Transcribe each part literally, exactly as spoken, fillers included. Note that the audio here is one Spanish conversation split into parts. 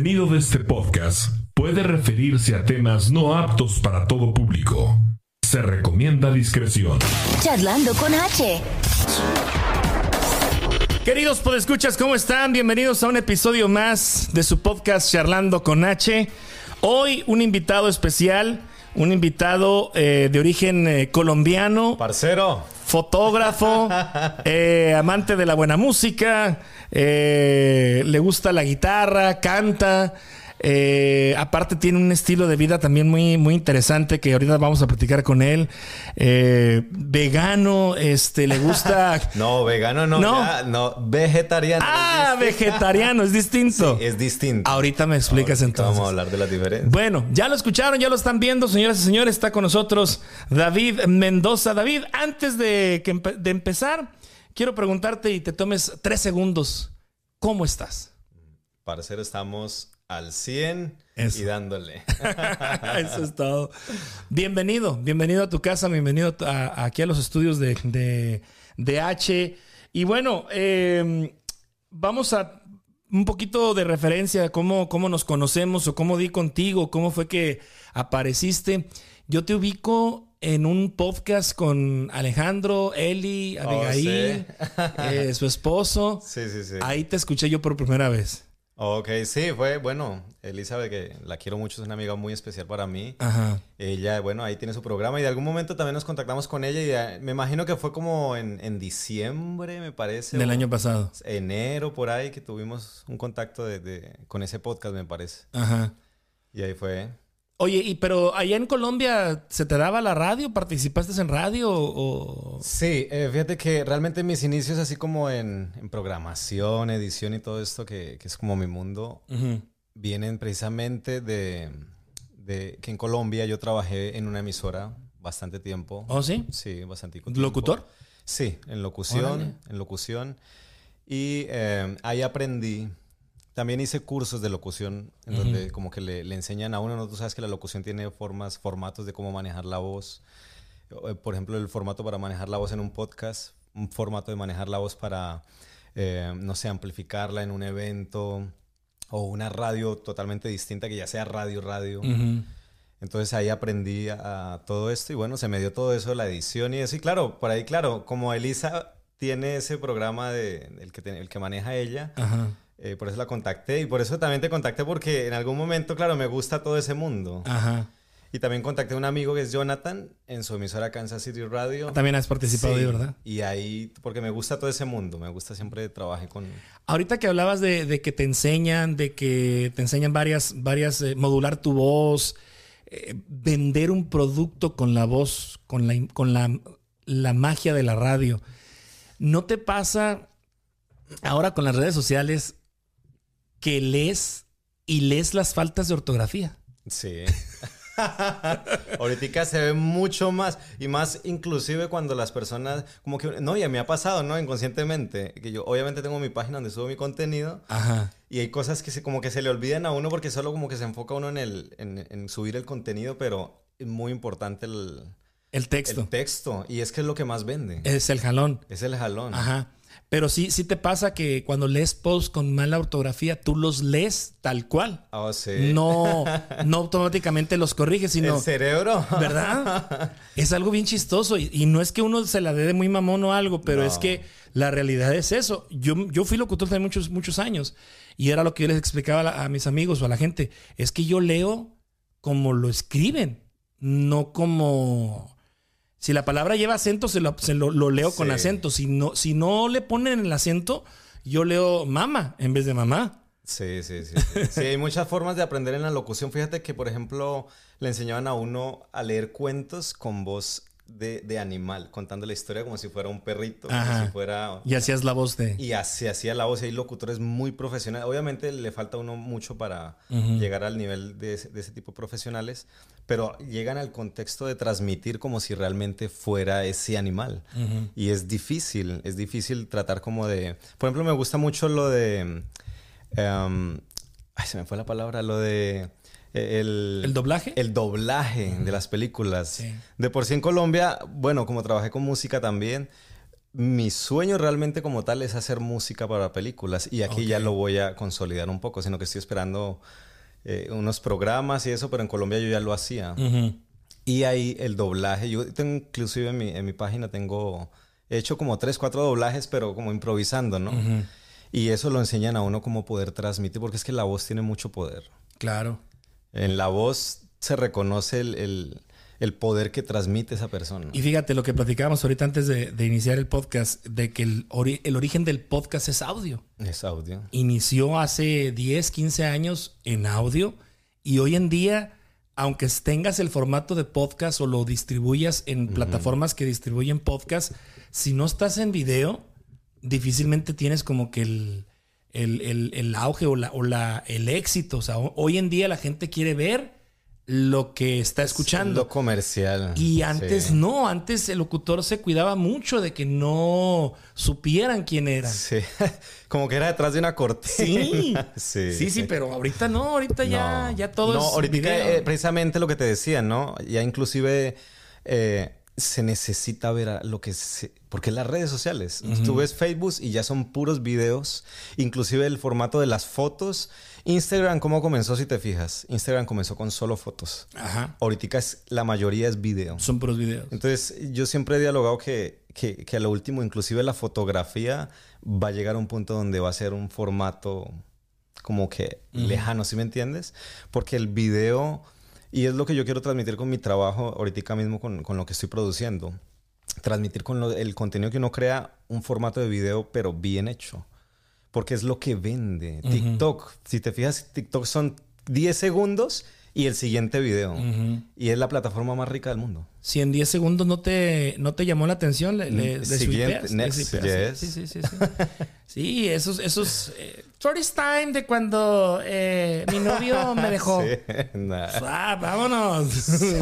contenido de este podcast puede referirse a temas no aptos para todo público. Se recomienda discreción. Charlando con H. Queridos podescuchas, ¿cómo están? Bienvenidos a un episodio más de su podcast Charlando con H. Hoy un invitado especial, un invitado eh, de origen eh, colombiano. Parcero. Fotógrafo, eh, amante de la buena música, eh, le gusta la guitarra, canta. Eh, aparte tiene un estilo de vida también muy, muy interesante que ahorita vamos a platicar con él. Eh, vegano, este, le gusta... No, vegano no, no, ya, no vegetariano. Ah, es vegetariano, es distinto. Sí, es distinto. Ahorita me explicas Ahorita entonces. Vamos a hablar de las diferencias. Bueno, ya lo escucharon, ya lo están viendo, señoras y señores. Está con nosotros David Mendoza. David, antes de, que empe- de empezar, quiero preguntarte y te tomes tres segundos. ¿Cómo estás? Parcero, estamos al cien Eso. y dándole. Eso es todo. Bienvenido, bienvenido a tu casa, bienvenido a, a, aquí a los estudios de, de, de H. Y bueno, eh, vamos a un poquito de referencia a cómo, cómo nos conocemos o cómo di contigo, cómo fue que apareciste. Yo te ubico en un podcast con Alejandro, Eli, Abigail, Oh, sí. eh, su esposo. Sí, sí, sí. Ahí te escuché yo por primera vez. Ok, sí, fue, bueno, Elizabeth, que la quiero mucho, es una amiga muy especial para mí. Ajá. Ella, bueno, ahí tiene su programa y de algún momento también nos contactamos con ella y eh, me imagino que fue como en, en diciembre, me parece. Del o año pasado. Enero, por ahí, que tuvimos un contacto de, de, con ese podcast, me parece. Ajá. Y ahí fue... Oye, y pero allá en Colombia, ¿se te daba la radio? ¿Participaste en radio o...? Sí, eh, fíjate que realmente mis inicios así como en, en programación, edición y todo esto, que, que es como mi mundo, Uh-huh. vienen precisamente de, de que en Colombia yo trabajé en una emisora bastante tiempo. ¿Oh, sí? Sí, bastante tiempo. ¿Locutor? Sí, en locución, Órale. en locución. Y eh, ahí aprendí. También hice cursos de locución en Ujú. donde como que le, le enseñan a uno, ¿no? Tú sabes que la locución tiene formas, formatos de cómo manejar la voz. Eh, Por ejemplo, el formato para manejar la voz en un podcast, un formato de manejar la voz para, eh, no sé, amplificarla en un evento o una radio totalmente distinta que ya sea radio, radio. Uh-huh. Entonces ahí aprendí a, a todo esto y bueno, se me dio todo eso, la edición y eso. Y claro, por ahí, claro, como Elisa tiene ese programa de, el, que, te- el que maneja ella, Ajá. eh, por eso la contacté y por eso también te contacté porque en algún momento, claro, me gusta todo ese mundo. Ajá. Y también contacté a un amigo que es Jonathan en su emisora Kansas City Radio. También has participado Sí, ahí, ¿verdad? Y ahí, porque me gusta todo ese mundo, me gusta siempre trabajar con... Ahorita que hablabas de, de que te enseñan, de que te enseñan varias, varias eh, modular tu voz, eh, vender un producto con la voz, con la, con la, la magia de la radio. ¿No te pasa ahora con las redes sociales que lees y lees las faltas de ortografía? Sí. Ahorita se ve mucho más y más inclusive cuando las personas como que no, ya me ha pasado, ¿no? Inconscientemente que yo obviamente tengo mi página donde subo mi contenido Ajá. y hay cosas que se, como que se le olvidan a uno porque solo como que se enfoca uno en el en, en subir el contenido, pero es muy importante el, El texto. el texto y es que es lo que más vende. Es el jalón. Es el jalón. Ajá. Pero sí, sí te pasa que cuando lees posts con mala ortografía, tú los lees tal cual. Oh, sí. No, no automáticamente los corriges, sino... El cerebro. ¿Verdad? Es algo bien chistoso. Y, y no es que uno se la dé de muy mamón o algo, pero No. es que la realidad es eso. Yo, yo fui locutor también muchos, muchos años. Y era lo que yo les explicaba a, la- a mis amigos o a la gente. Es que yo leo como lo escriben, no como... Si la palabra lleva acento, se lo, se lo, lo leo con Sí. acento. Si no, si no le ponen el acento, yo leo mama en vez de mamá. Sí, sí, sí, sí. Sí, hay muchas formas de aprender en la locución. Fíjate que, por ejemplo, le enseñaban a uno a leer cuentos con voz de, de animal, contando la historia como si fuera un perrito, como Ajá. si fuera... Y hacías la voz de... Y así hacía la voz y hay locutores muy profesionales. Obviamente le falta a uno mucho para Ujú. llegar al nivel de ese, de ese tipo de profesionales, pero llegan al contexto de transmitir como si realmente fuera ese animal. Ujú. Y es difícil, es difícil tratar como de... Por ejemplo, me gusta mucho lo de... em, ay, se me fue la palabra, lo de... El, ¿El doblaje? El doblaje de las películas. Sí. De por sí en Colombia, bueno, como trabajé con música también, mi sueño realmente como tal es hacer música para películas. Y aquí okay. ya lo voy a consolidar un poco, sino que estoy esperando eh, unos programas y eso, pero en Colombia yo ya lo hacía. Uh-huh. Y ahí el doblaje, yo tengo inclusive en mi, en mi página tengo, he hecho como tres, cuatro doblajes, pero como improvisando, ¿no? Uh-huh. Y eso lo enseñan a uno cómo poder transmitir, porque es que la voz tiene mucho poder. Claro. En la voz se reconoce el, el, el poder que transmite esa persona. Y fíjate lo que platicábamos ahorita antes de, de iniciar el podcast, de que el, ori- el origen del podcast es audio. Es audio. Inició hace diez, quince años en audio y hoy en día, aunque tengas el formato de podcast o lo distribuyas en uh-huh. plataformas que distribuyen podcast, si no estás en video, difícilmente tienes como que el, el, el, el auge o, la, o la, el éxito. O sea, hoy en día la gente quiere ver lo que está escuchando. Lo comercial. Y antes sí. no, antes el locutor se cuidaba mucho de que no supieran quién eran. Sí, como que era detrás de una cortina. Sí, sí, sí, sí, pero ahorita no, ahorita no. ya, ya todo no, es ahorita video. Eh, precisamente lo que te decía, ¿no? Ya inclusive eh, se necesita ver a lo que se... Porque las redes sociales, uh-huh. tú ves Facebook y ya son puros videos, inclusive el formato de las fotos. Instagram, ¿cómo comenzó si te fijas? Instagram comenzó con solo fotos. Ajá. Ahorita es, la mayoría es video. Son puros videos. Entonces, yo siempre he dialogado que, que, que a lo último, inclusive la fotografía va a llegar a un punto donde va a ser un formato como que uh-huh. lejano, ¿sí me entiendes? Porque el video, y es lo que yo quiero transmitir con mi trabajo ahorita mismo con, con lo que estoy produciendo. Transmitir con lo, el contenido que uno crea un formato de video, pero bien hecho. Porque es lo que vende. Uh-huh. TikTok, si te fijas, TikTok son diez segundos y el siguiente video. Uh-huh. Y es la plataforma más rica del mundo. Si en diez segundos no te, no te llamó la atención, le, le, le siguiente, swipeas, next, le swipeas. Yes. Sí, sí, sí. Sí, sí. Sí, esos... esos eh, tourist time de cuando eh, mi novio me dejó. Sí, nah. Ah, vámonos. sí,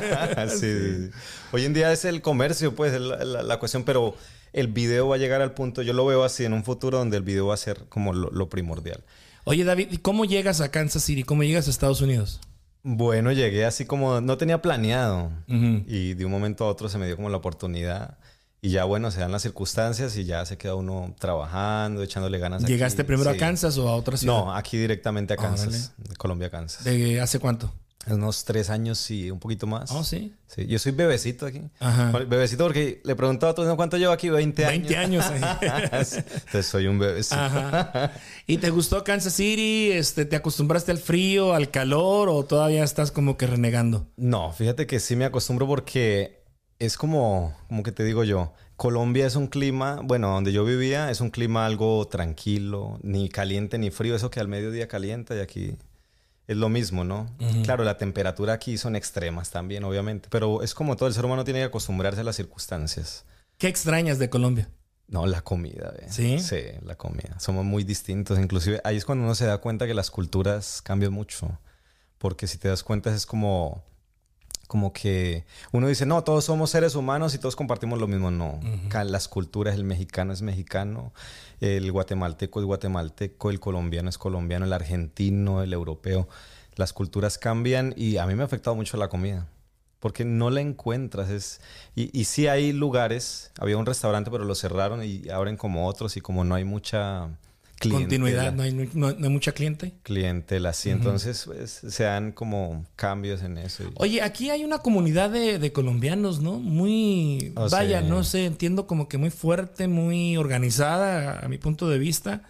sí. Hoy en día es el comercio, pues, la, la, la cuestión, pero el video va a llegar al punto, yo lo veo así en un futuro donde el video va a ser como lo, lo primordial. Oye, David, ¿cómo llegas a Kansas City? ¿Cómo llegas a Estados Unidos? Bueno, llegué así como... No tenía planeado. Uh-huh. Y de un momento a otro se me dio como la oportunidad. Y ya, bueno, se dan las circunstancias y ya se queda uno trabajando, echándole ganas. ¿Llegaste aquí. primero sí. a Kansas o a otra ciudad? No, aquí directamente a Kansas. Oh, de Colombia a Kansas. ¿De hace cuánto? Unos tres años y un poquito más. ¿Oh, sí? Sí. Yo soy bebecito aquí. Ajá. Bebecito porque le preguntaba a todos, ¿cuánto llevo aquí? veinte años. veinte años. Entonces soy un bebecito. Ajá. ¿Y te gustó Kansas City? Este, ¿te acostumbraste al frío, al calor o todavía estás como que renegando? No, fíjate que sí me acostumbro porque es como, como que te digo yo, Colombia es un clima, bueno, donde yo vivía es un clima algo tranquilo, ni caliente ni frío, eso que al mediodía calienta y aquí... Es lo mismo, ¿no? Uh-huh. Claro, la temperatura aquí son extremas también, obviamente. Pero es como todo. El ser humano tiene que acostumbrarse a las circunstancias. ¿Qué extrañas de Colombia? No, la comida. ¿eh? ¿Sí? Sí, la comida. Somos muy distintos. Inclusive ahí es cuando uno se da cuenta que las culturas cambian mucho. Porque si te das cuenta es como... Como que uno dice, no, todos somos seres humanos y todos compartimos lo mismo. No. Uh-huh. Las culturas, el mexicano es mexicano, el guatemalteco es guatemalteco, el colombiano es colombiano, el argentino, el europeo. Las culturas cambian y a mí me ha afectado mucho la comida. Porque no la encuentras. Es... Y, y sí hay lugares, había un restaurante pero lo cerraron y abren como otros y como no hay mucha... Continuidad, ¿no hay, no, no hay mucha cliente? Clientela, sí. Uh-huh. Entonces pues, se dan como cambios en eso. Y... Oye, aquí hay una comunidad de, de colombianos, ¿no? Muy, oh, vaya, sí. no sé, entiendo como que muy fuerte, muy organizada a, a mi punto de vista.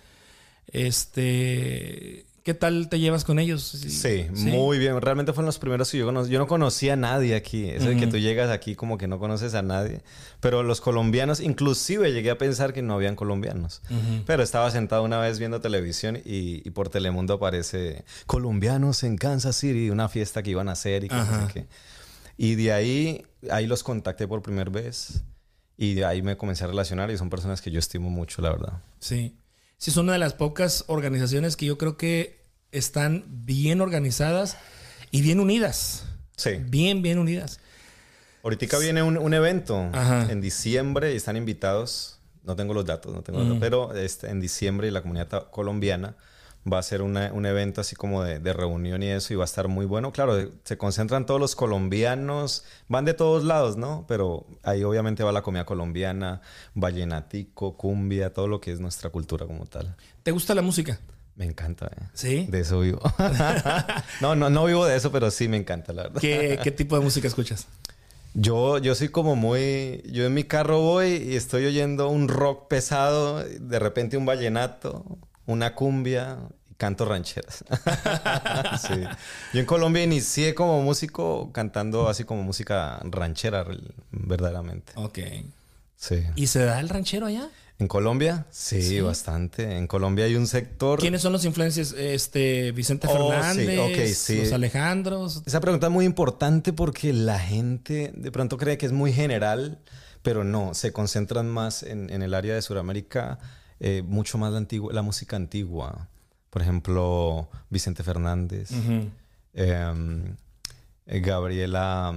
Este... ¿Qué tal te llevas con ellos? Sí, sí, muy bien. Realmente fueron los primeros que yo conocí. Yo no conocía a nadie aquí. Eso uh-huh. de que tú llegas aquí como que no conoces a nadie. Pero los colombianos, inclusive llegué a pensar que no habían colombianos. Uh-huh. Pero estaba sentado una vez viendo televisión y, y por Telemundo aparece colombianos en Kansas City, una fiesta que iban a hacer y que uh-huh. no sé qué. Y de ahí, ahí los contacté por primera vez. Y de ahí me comencé a relacionar y son personas que yo estimo mucho, la verdad. Sí. Sí, es una de las pocas organizaciones que yo creo que están bien organizadas y bien unidas. Sí. Bien, bien unidas. Ahorita viene un, un evento Ajá. en diciembre y están invitados. No tengo los datos, no tengo mm. los datos, pero este, en diciembre la comunidad colombiana va a ser una, un evento así como de, de reunión y eso, y va a estar muy bueno. Claro, se concentran todos los colombianos, van de todos lados, ¿no? Pero ahí obviamente va la comida colombiana, vallenatico, cumbia, todo lo que es nuestra cultura como tal. ¿Te gusta la música? Me encanta, ¿eh? ¿Sí? De eso vivo. no, no, no vivo de eso, pero sí me encanta, la verdad. ¿Qué, qué tipo de música escuchas? Yo, yo soy como muy... Yo en mi carro voy y estoy oyendo un rock pesado, de repente un vallenato, una cumbia y canto rancheras. Sí. Yo en Colombia inicié como músico cantando así como música ranchera, verdaderamente. Ok. Sí. ¿Y se da el ranchero allá? ¿En Colombia? Sí, sí, bastante. En Colombia hay un sector... ¿Quiénes son los influencers? Este, Vicente oh, Fernández, sí. Okay, sí. los Alejandros. Esa pregunta es muy importante porque la gente de pronto cree que es muy general, pero no, se concentran más en, en el área de Sudamérica, eh, mucho más la, antigua, la música antigua. Por ejemplo, Vicente Fernández, uh-huh. eh, eh, Gabriela...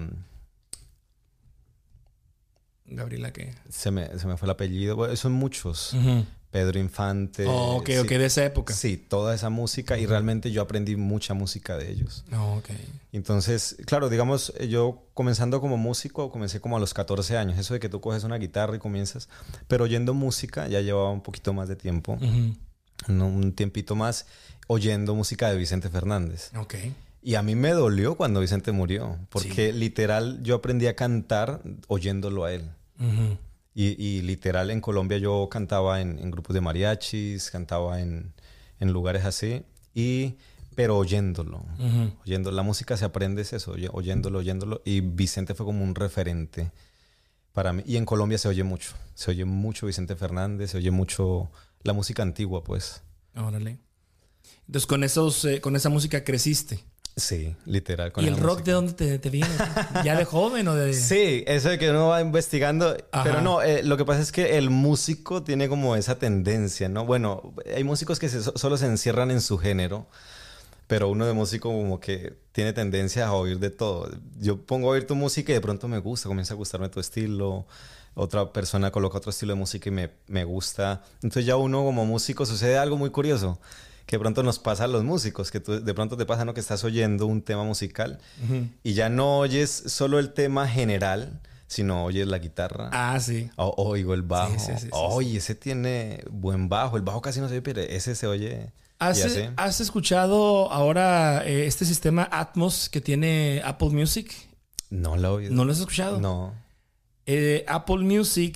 ¿Gabriela qué? Se me, se me fue el apellido. Bueno, son muchos. Uh-huh. Pedro Infante. Oh, ok, sí, ok, de esa época. Sí, toda esa música. Y realmente yo aprendí mucha música de ellos. Oh, ok. Entonces, claro, digamos, yo comenzando como músico, comencé como a los catorce años. Eso de que tú coges una guitarra y comienzas. Pero oyendo música ya llevaba un poquito más de tiempo. Uh-huh. un, un tiempito más oyendo música de Vicente Fernández. Ok. Y a mí me dolió cuando Vicente murió. Porque sí. literal yo aprendí a cantar oyéndolo a él. Uh-huh. y, y literal en Colombia yo cantaba en, en grupos de mariachis, cantaba en, en lugares así, y, pero oyéndolo. Uh-huh. Oyendo, la música se aprende es eso, oyéndolo, oyéndolo. Y Vicente fue como un referente para mí. Y en Colombia se oye mucho. Se oye mucho Vicente Fernández, se oye mucho la música antigua, pues. Órale. Entonces con, esos, eh, con esa música creciste. Sí, literal. Con ¿Y el rock música. de dónde te, te viene? ¿Ya de joven o de...? Sí, eso de que uno va investigando. Ajá. Pero no, eh, lo que pasa es que el músico tiene como esa tendencia, ¿no? Bueno, hay músicos que se, solo se encierran en su género, pero uno de músico como que tiene tendencia a oír de todo. Yo pongo a oír tu música y de pronto me gusta, comienza a gustarme tu estilo. Otra persona coloca otro estilo de música y me, me gusta. Entonces ya uno como músico sucede algo muy curioso. Que de pronto nos pasa a los músicos, que tú, de pronto te pasa, ¿no? Que estás oyendo un tema musical uh-huh. y ya no oyes solo el tema general, sino oyes la guitarra. Ah, sí. O oigo el bajo. Sí, sí, sí, Oye, sí, sí. ese tiene buen bajo. El bajo casi no se oye, pero ese se oye. ¿Has, ¿has escuchado ahora eh, este sistema Atmos que tiene Apple Music? No lo he oído. ¿No lo has escuchado? No. Eh, Apple Music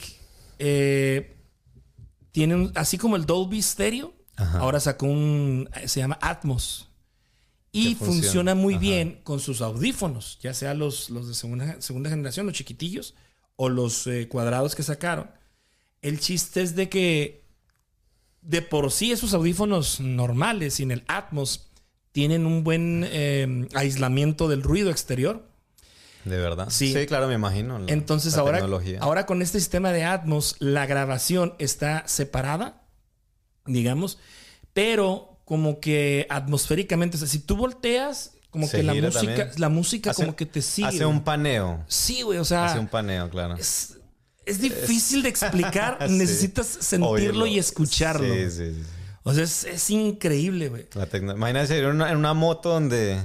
eh, tiene un, así como el Dolby Stereo. Ajá. Ahora sacó un... Se llama Atmos. Y funciona? funciona muy Ajá. bien con sus audífonos. Ya sea los, los de segunda, segunda generación, los chiquitillos, o los eh, cuadrados que sacaron. El chiste es de que de por sí esos audífonos normales, sin el Atmos, tienen un buen eh, aislamiento del ruido exterior. ¿De verdad? Sí, sí claro, me imagino. La, Entonces la ahora, tecnología. ahora con este sistema de Atmos, la grabación está separada, digamos, pero como que atmosféricamente, o sea, si tú volteas, como se que la música, también. la música hace, como que te sigue. Hace un paneo. Sí, güey, o sea. Hace un paneo, claro. Es, es difícil es... de explicar, sí. necesitas sentirlo Oírlo. y escucharlo. Sí, sí, sí. O sea, es, es increíble, güey. Tecno... Imagínate en una, en una moto donde,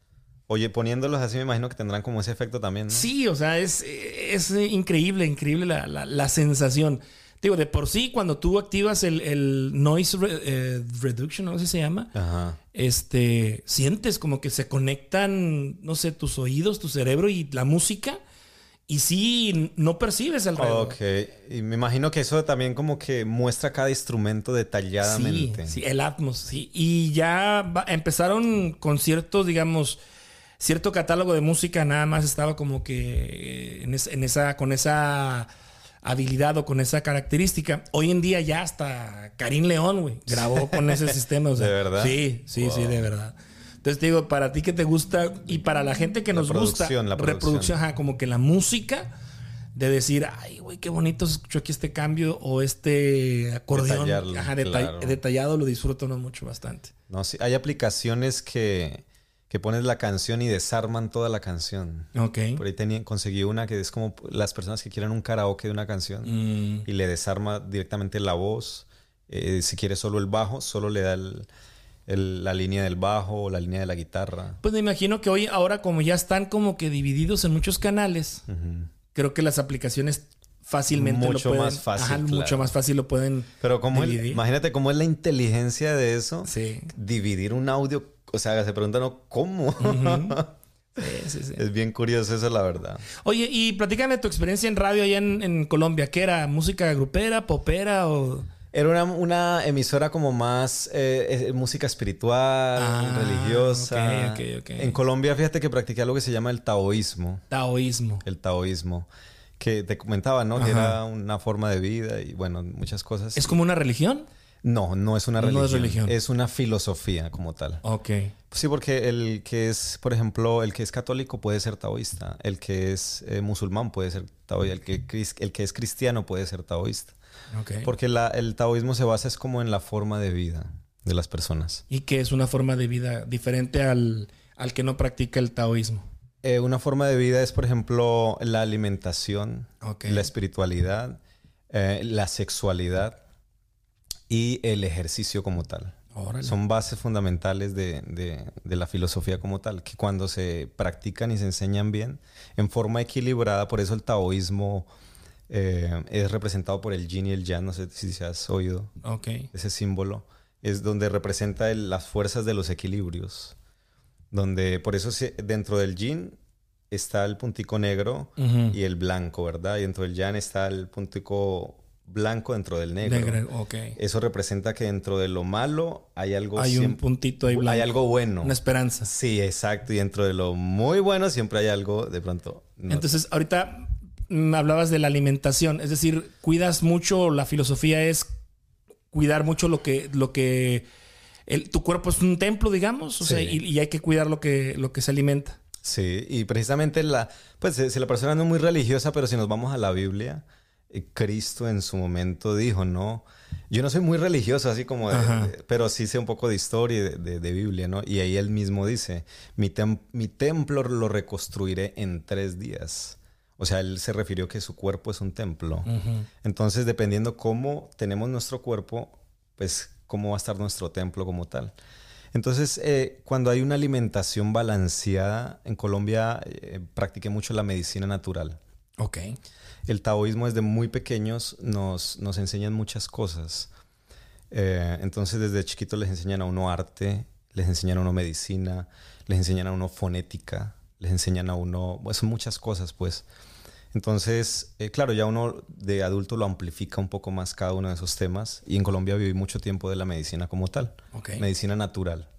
oye, poniéndolos así, me imagino que tendrán como ese efecto también, ¿no? Sí, o sea, es, es increíble, increíble la, la, la sensación. Digo, de por sí, cuando tú activas el, el noise re, eh, reduction, no sé si se llama, Ajá. este, sientes como que se conectan, no sé, tus oídos, tu cerebro y la música, y sí, no percibes alrededor. Ok, y me imagino que eso también como que muestra cada instrumento detalladamente. Sí, sí, el Atmos, sí. Y ya va, empezaron conciertos, digamos, cierto catálogo de música, nada más estaba como que en, es, en esa, con esa habilidad o con esa característica. Hoy en día ya hasta Karim León, güey, grabó con ese sistema. O sea, ¿de verdad? Sí, sí, wow. sí, de verdad. Entonces te digo, para ti que te gusta y para la gente que la nos gusta, la reproducción, ajá, como que la música, de decir, ay, güey, qué bonito se escuchó aquí este cambio o este acordeón. Ajá, detall- claro. detallado, lo disfruto no mucho, bastante. No, sí, hay aplicaciones que... que pones la canción y desarman toda la canción. Ok. Por ahí tenía, conseguí una que es como las personas que quieren un karaoke de una canción mm. y le desarma directamente la voz. Eh, si quiere solo el bajo, solo le da el, el, la línea del bajo o la línea de la guitarra. Pues me imagino que hoy, ahora como ya están como que divididos en muchos canales, uh-huh. creo que las aplicaciones fácilmente mucho lo pueden... más fácil, ajá, claro. mucho más fácil lo pueden Pero como dividir. El, imagínate cómo es la inteligencia de eso. Sí. Dividir un audio, o sea, se preguntan, ¿no? ¿Cómo? Uh-huh. Sí, sí, sí. Es bien curioso eso, la verdad. Oye, y platícame tu experiencia en radio allá en, en Colombia. ¿Qué era? ¿Música grupera, popera o...? Era una, una emisora como más eh, música espiritual, ah, religiosa. Okay, okay, okay. En Colombia, fíjate que practiqué algo que se llama el taoísmo. Taoísmo. El taoísmo. Que te comentaba, ¿no? Ajá. Que era una forma de vida y, bueno, muchas cosas. ¿Es como una religión? No, no es una religión. No es religión. Es una filosofía como tal. Ok. Sí, porque el que es, por ejemplo, el que es católico puede ser taoísta. El que es eh, musulmán puede ser taoísta. El que, el que es cristiano puede ser taoísta. Okay. Porque la, el taoísmo se basa es como en la forma de vida de las personas. ¿Y qué es una forma de vida diferente al, al que no practica el taoísmo? Eh, una forma de vida es, por ejemplo, la alimentación, okay. la espiritualidad, eh, la sexualidad y el ejercicio como tal. Órale. Son bases fundamentales de, de, de la filosofía como tal, que cuando se practican y se enseñan bien, en forma equilibrada, por eso el taoísmo eh, es representado por el yin y el yang, no sé si se has oído okay. ese símbolo, es donde representa el, las fuerzas de los equilibrios, donde por eso se, dentro del yin está el puntico negro uh-huh. y el blanco, ¿verdad? Y dentro del yang está el puntico blanco dentro del negro. Negro, okay. Eso representa que dentro de lo malo hay algo... Hay siempre, un puntito ahí blanco. Hay algo bueno. Una esperanza. Sí, exacto. Y dentro de lo muy bueno siempre hay algo de pronto... No. Entonces, ahorita mm, hablabas de la alimentación. Es decir, cuidas mucho, la filosofía es cuidar mucho lo que... Lo que el, tu cuerpo es un templo, digamos. O sí. sea, y, y hay que cuidar lo que, lo que se alimenta. Sí, y precisamente la... Pues si la persona no es muy religiosa, pero si nos vamos a la Biblia... Cristo en su momento dijo, ¿no? Yo no soy muy religioso, así como... De, de, pero sí sé un poco de historia de, de, de Biblia, ¿no? Y ahí él mismo dice, mi, tem mi templo lo reconstruiré en tres días. O sea, él se refirió que su cuerpo es un templo. Uh-huh. Entonces, dependiendo cómo tenemos nuestro cuerpo, pues cómo va a estar nuestro templo como tal. Entonces, eh, cuando hay una alimentación balanceada, en Colombia eh, practiqué mucho la medicina natural. Ok. El taoísmo desde muy pequeños nos, nos enseñan muchas cosas. Eh, entonces desde chiquito les enseñan a uno arte, les enseñan a uno medicina, les enseñan a uno fonética, les enseñan a uno... Pues, son muchas cosas, pues. Entonces, eh, claro, ya uno de adulto lo amplifica un poco más cada uno de esos temas. Y en Colombia viví mucho tiempo de la medicina como tal. Okay. Medicina natural.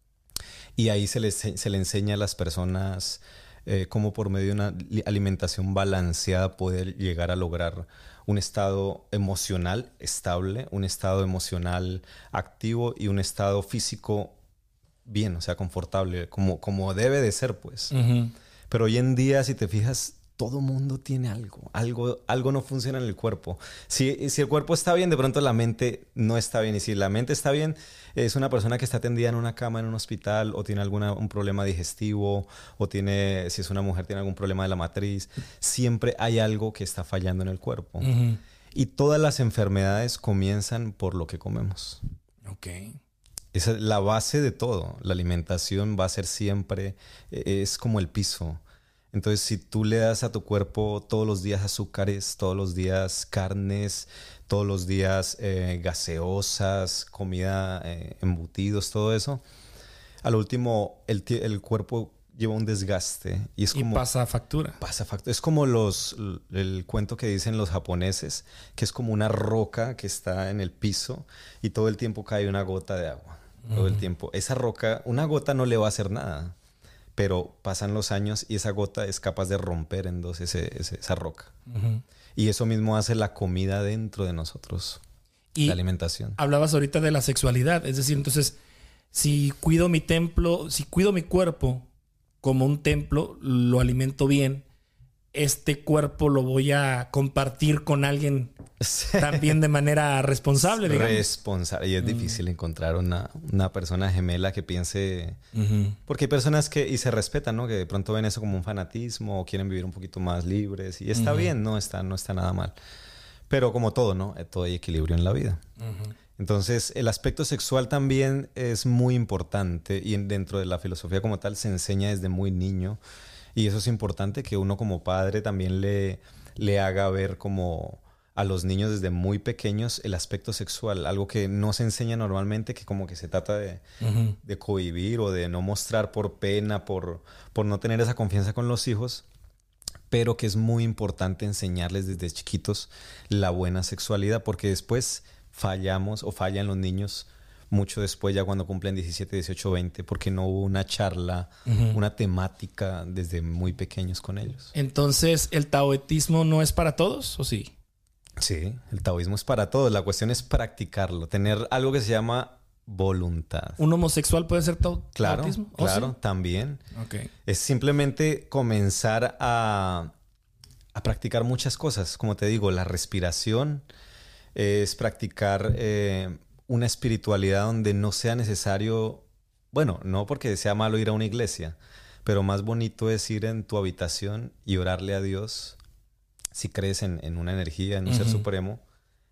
Y ahí se les, se le enseña a las personas... Eh, cómo por medio de una alimentación balanceada poder llegar a lograr un estado emocional estable, un estado emocional activo y un estado físico bien, o sea, confortable, como, como debe de ser, pues. Uh-huh. Pero hoy en día, si te fijas, todo mundo tiene algo. Algo, algo no funciona en el cuerpo. Si, si el cuerpo está bien, de pronto la mente no está bien. Y si la mente está bien, es una persona que está tendida en una cama en un hospital o tiene alguna, un problema digestivo o tiene, si es una mujer, tiene algún problema de la matriz. Siempre hay algo que está fallando en el cuerpo. Uh-huh. Y todas las enfermedades comienzan por lo que comemos. Ok. Esa es la base de todo. La alimentación va a ser siempre, es como el piso. Entonces, si tú le das a tu cuerpo todos los días azúcares, todos los días carnes, todos los días eh, gaseosas, comida, eh, embutidos, todo eso, al último el, el cuerpo lleva un desgaste. Y, es y como, pasa factura. Pasa factura. Es como los, el cuento que dicen los japoneses, que es como una roca que está en el piso y todo el tiempo cae una gota de agua. Uh-huh. Todo el tiempo. Esa roca, una gota no le va a hacer nada. Pero pasan los años y esa gota es capaz de romper en dos ese, ese, esa roca. Uh-huh. Y eso mismo hace la comida dentro de nosotros. Y la alimentación. Hablabas ahorita de la sexualidad. Es decir, entonces, si cuido mi templo, si cuido mi cuerpo como un templo, lo alimento bien, este cuerpo lo voy a compartir con alguien también de manera responsable, digamos. Responsable. Y es uh-huh. difícil encontrar una, una persona gemela que piense... Uh-huh. Porque hay personas que... Y se respetan, ¿no? Que de pronto ven eso como un fanatismo o quieren vivir un poquito más libres. Y está uh-huh. bien, ¿no? Está, no está nada mal. Pero como todo, ¿no? Todo hay equilibrio en la vida. Uh-huh. Entonces, el aspecto sexual también es muy importante y dentro de la filosofía como tal se enseña desde muy niño. Y eso es importante que uno como padre también le, le haga ver como a los niños desde muy pequeños el aspecto sexual. Algo que no se enseña normalmente, que como que se trata de, uh-huh. de cohibir o de no mostrar por pena, por, por no tener esa confianza con los hijos. Pero que es muy importante enseñarles desde chiquitos la buena sexualidad porque después fallamos o fallan los niños mucho después ya cuando cumplen diecisiete, dieciocho, veinte porque no hubo una charla, uh-huh. una temática desde muy pequeños con ellos. Entonces, ¿el taoísmo no es para todos o sí? Sí, el taoísmo es para todos. La cuestión es practicarlo, tener algo que se llama voluntad. ¿Un homosexual puede ser tao- claro, taoísmo? Claro, ¿Oh, sí? también. Okay. Es simplemente comenzar a, a practicar muchas cosas. Como te digo, la respiración es practicar eh, una espiritualidad donde no sea necesario, bueno, no porque sea malo ir a una iglesia, pero más bonito es ir en tu habitación y orarle a Dios. Si crees en, en una energía, en un uh-huh. ser supremo,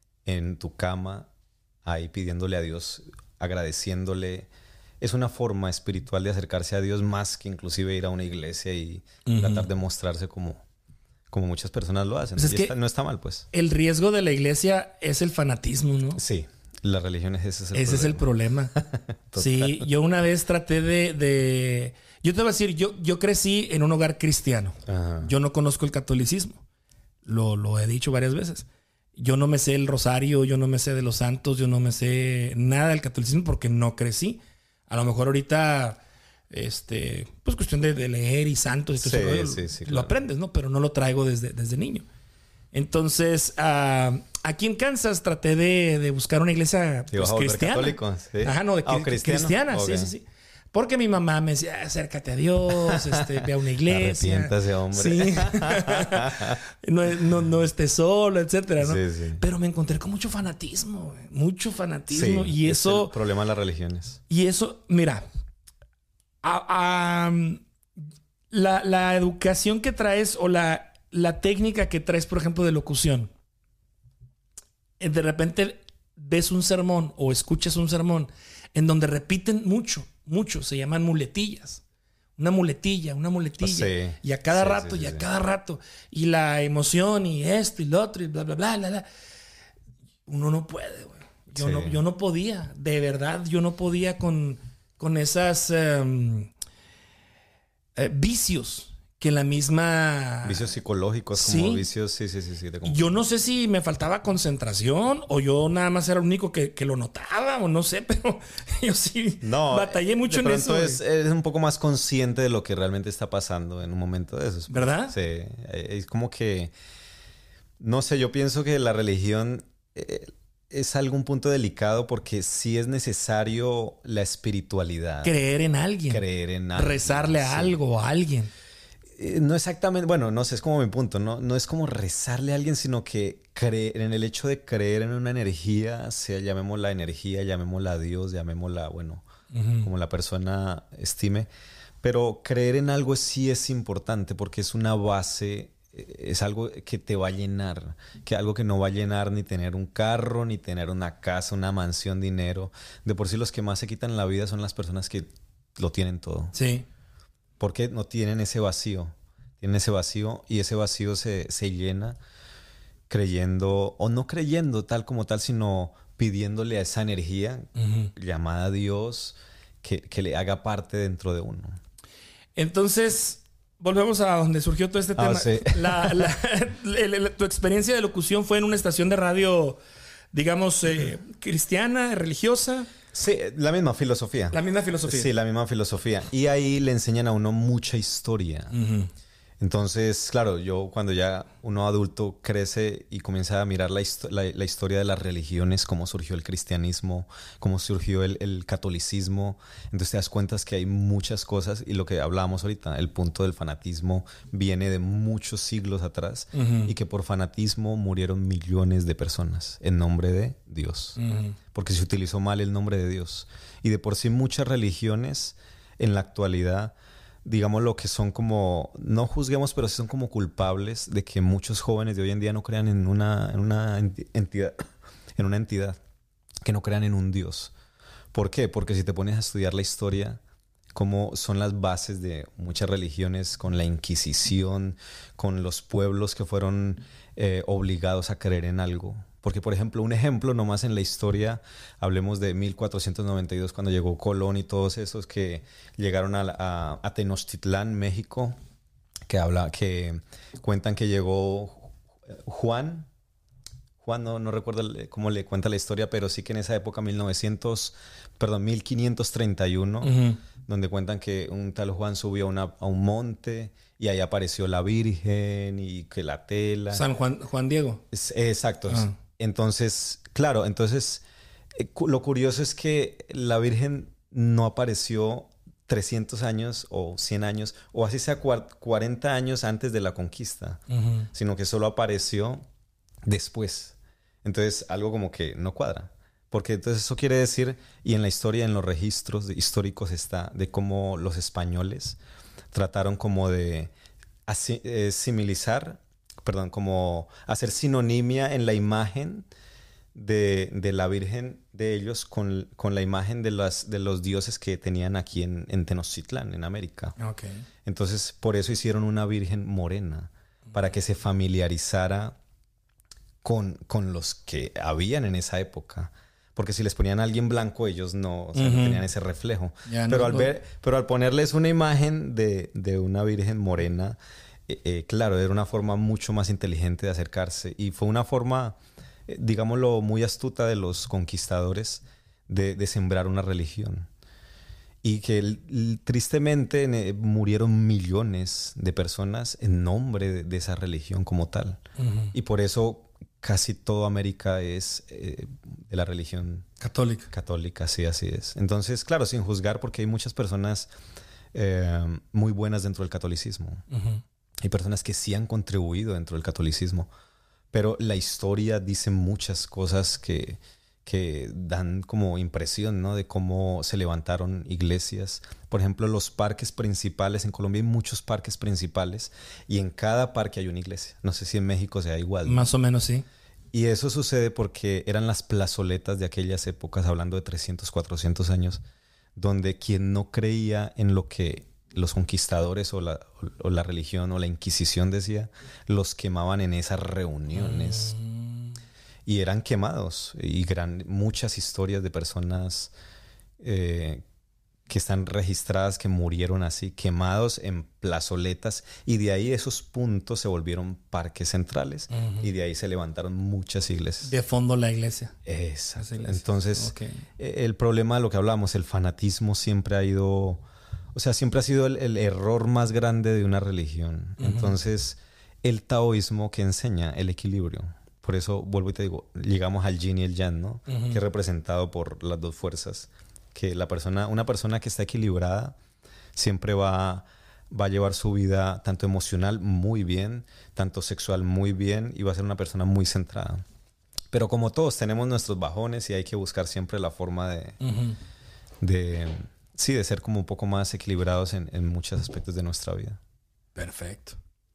en tu cama, ahí pidiéndole a Dios, agradeciéndole. Es una forma espiritual de acercarse a Dios más que inclusive ir a una iglesia y uh-huh. tratar de mostrarse como, como muchas personas lo hacen. Pues es y que está, no está mal, pues. El riesgo de la iglesia es el fanatismo, ¿no? Sí, las religiones ese es el ese problema. Ese es el problema. Sí, yo una vez traté de... de... Yo te voy a decir, yo, yo crecí en un hogar cristiano. Ajá. Yo no conozco el catolicismo. Lo, lo he dicho varias veces. Yo no me sé el rosario, yo no me sé de los santos, yo no me sé nada del catolicismo porque no crecí. A lo mejor ahorita, este, pues cuestión de, de leer y santos y todo sí, eso, sí, sí, lo claro. aprendes, ¿no? Pero no lo traigo desde, desde niño. Entonces, uh, aquí en Kansas traté de, de buscar una iglesia pues, cristiana. Católico, sí. Ajá, no, de oh, cristiana, okay. sí, sí, sí. Porque mi mamá me decía, acércate a Dios, este, ve a una iglesia. Arrepiéntase, hombre. Sí. no, no, no estés solo, etcétera, ¿no? Sí, sí. Pero me encontré con mucho fanatismo, mucho fanatismo. Sí, y eso... es el problema de las religiones. Y eso, mira, a, a, la, la educación que traes o la, la técnica que traes, por ejemplo, de locución, de repente ves un sermón o escuchas un sermón en donde repiten mucho. Muchos se llaman muletillas. Una muletilla, una muletilla. Sí, y a cada sí, rato, sí, y a sí. cada rato. Y la emoción, y esto, y lo otro, y bla, bla, bla, bla, bla. Uno no puede, güey. Yo, sí. no, yo no podía. De verdad, yo no podía con, con esas um, eh, vicios que la misma... Vicios psicológicos, ¿Sí? como vicios... Sí, sí, sí. sí yo no sé si me faltaba concentración o yo nada más era el único que, que lo notaba o no sé, pero yo sí no, batallé mucho en eso. Es, eres un poco más consciente de lo que realmente está pasando en un momento de esos. ¿Verdad? Sí. Es como que... No sé, yo pienso que la religión... Eh, es algún punto delicado porque sí es necesario la espiritualidad. Creer en alguien. Creer en alguien. Rezarle a sí. algo, a alguien. No exactamente, bueno, no sé, es como mi punto, ¿no? No es como rezarle a alguien, sino que creer en el hecho de creer en una energía, sea llamémosla energía, llamémosla Dios, llamémosla, bueno, uh-huh. como la persona estime. Pero creer en algo sí es importante porque es una base, es algo que te va a llenar, que algo que no va a llenar ni tener un carro, ni tener una casa, una mansión, dinero. De por sí los que más se quitan la vida son las personas que lo tienen todo. Sí. Porque no tienen ese vacío. Tienen ese vacío y ese vacío se, se llena creyendo o no creyendo tal como tal, sino pidiéndole a esa energía uh-huh. llamada Dios que, que le haga parte dentro de uno. Entonces, volvemos a donde surgió todo este tema. Ah, sí. la, la, la, la, tu experiencia de locución fue en una estación de radio, digamos, eh, cristiana, religiosa. Sí, la misma filosofía. La misma filosofía. Sí, la misma filosofía. Y ahí le enseñan a uno mucha historia. Uh-huh. Entonces, claro, yo cuando ya uno adulto crece y comienza a mirar la, histo- la, la historia de las religiones, cómo surgió el cristianismo, cómo surgió el, el catolicismo, entonces te das cuenta que hay muchas cosas y lo que hablábamos ahorita, el punto del fanatismo viene de muchos siglos atrás uh-huh. y que por fanatismo murieron millones de personas en nombre de Dios. Uh-huh. Porque se utilizó mal el nombre de Dios. Y de por sí muchas religiones en la actualidad, digamos lo que son como, no juzguemos, pero sí son como culpables de que muchos jóvenes de hoy en día no crean en una, en una entidad, en una entidad. que no crean en un Dios. ¿Por qué? Porque si te pones a estudiar la historia, cómo son las bases de muchas religiones, con la Inquisición, con los pueblos que fueron eh, obligados a creer en algo. Porque, por ejemplo, un ejemplo nomás en la historia, hablemos de mil cuatrocientos noventa y dos, cuando llegó Colón y todos esos que llegaron a, a, a Tenochtitlán, México, que, habla, que cuentan que llegó Juan. Juan, no, no recuerdo cómo le cuenta la historia, pero sí que en esa época, mil novecientos, perdón, mil quinientos treinta y uno, uh-huh. donde cuentan que un tal Juan subió a, una, a un monte y ahí apareció la Virgen y que la tela. San Juan, Juan Diego. Es, exacto. Uh-huh. Entonces, claro, entonces eh, lo curioso es que la Virgen no apareció trescientos años o cien años, o así sea cuarenta años antes de la conquista, uh-huh. sino que solo apareció después. Entonces, algo como que no cuadra. Porque entonces eso quiere decir, y en la historia, en los registros históricos está, de cómo los españoles trataron como de asi- eh, similizar, perdón, como hacer sinonimia en la imagen de, de la Virgen de ellos con, con la imagen de, las, de los dioses que tenían aquí en, en Tenochtitlán, en América. Okay. Entonces, por eso hicieron una Virgen morena, para que se familiarizara Con, con los que habían en esa época. Porque si les ponían a alguien blanco, ellos no, o sea, uh-huh. no tenían ese reflejo. Ya pero, no, al ver, pero al ponerles una imagen de, de una virgen morena, eh, eh, claro, era una forma mucho más inteligente de acercarse. Y fue una forma, eh, digámoslo, muy astuta de los conquistadores de, de sembrar una religión. Y que tristemente eh, murieron millones de personas en nombre de, de esa religión como tal. Uh-huh. Y por eso casi toda América es eh, de la religión católica. Católica, sí, así es. Entonces, claro, sin juzgar, porque hay muchas personas eh, muy buenas dentro del catolicismo. Uh-huh. Hay personas que sí han contribuido dentro del catolicismo. Pero la historia dice muchas cosas que, que dan como impresión, ¿no? De cómo se levantaron iglesias. Por ejemplo, los parques principales. En Colombia hay muchos parques principales y en cada parque hay una iglesia. No sé si en México sea igual, ¿no? Más o menos, sí. Y eso sucede porque eran las plazoletas de aquellas épocas, hablando de trescientos, cuatrocientos años, donde quien no creía en lo que los conquistadores o la, o la religión o la Inquisición decía, los quemaban en esas reuniones. Mm. Y eran quemados. Y gran, muchas historias de personas eh, que están registradas que murieron así, quemados en plazoletas. Y de ahí esos puntos se volvieron parques centrales. Uh-huh. Y de ahí se levantaron muchas iglesias. De fondo la iglesia. Exacto. Entonces, okay. el problema de lo que hablamos, el fanatismo siempre ha ido... O sea, siempre ha sido el, el error más grande de una religión. Uh-huh. Entonces, el taoísmo que enseña el equilibrio. Por eso, vuelvo y te digo, llegamos al yin y el yang, ¿no? Uh-huh. Que es representado por las dos fuerzas. Que la persona, una persona que está equilibrada siempre va, va a llevar su vida tanto emocional muy bien, tanto sexual muy bien, y va a ser una persona muy centrada. Pero como todos tenemos nuestros bajones y hay que buscar siempre la forma de... Uh-huh. de sí, de ser como un poco más equilibrados en, en muchos aspectos de nuestra vida. Perfecto.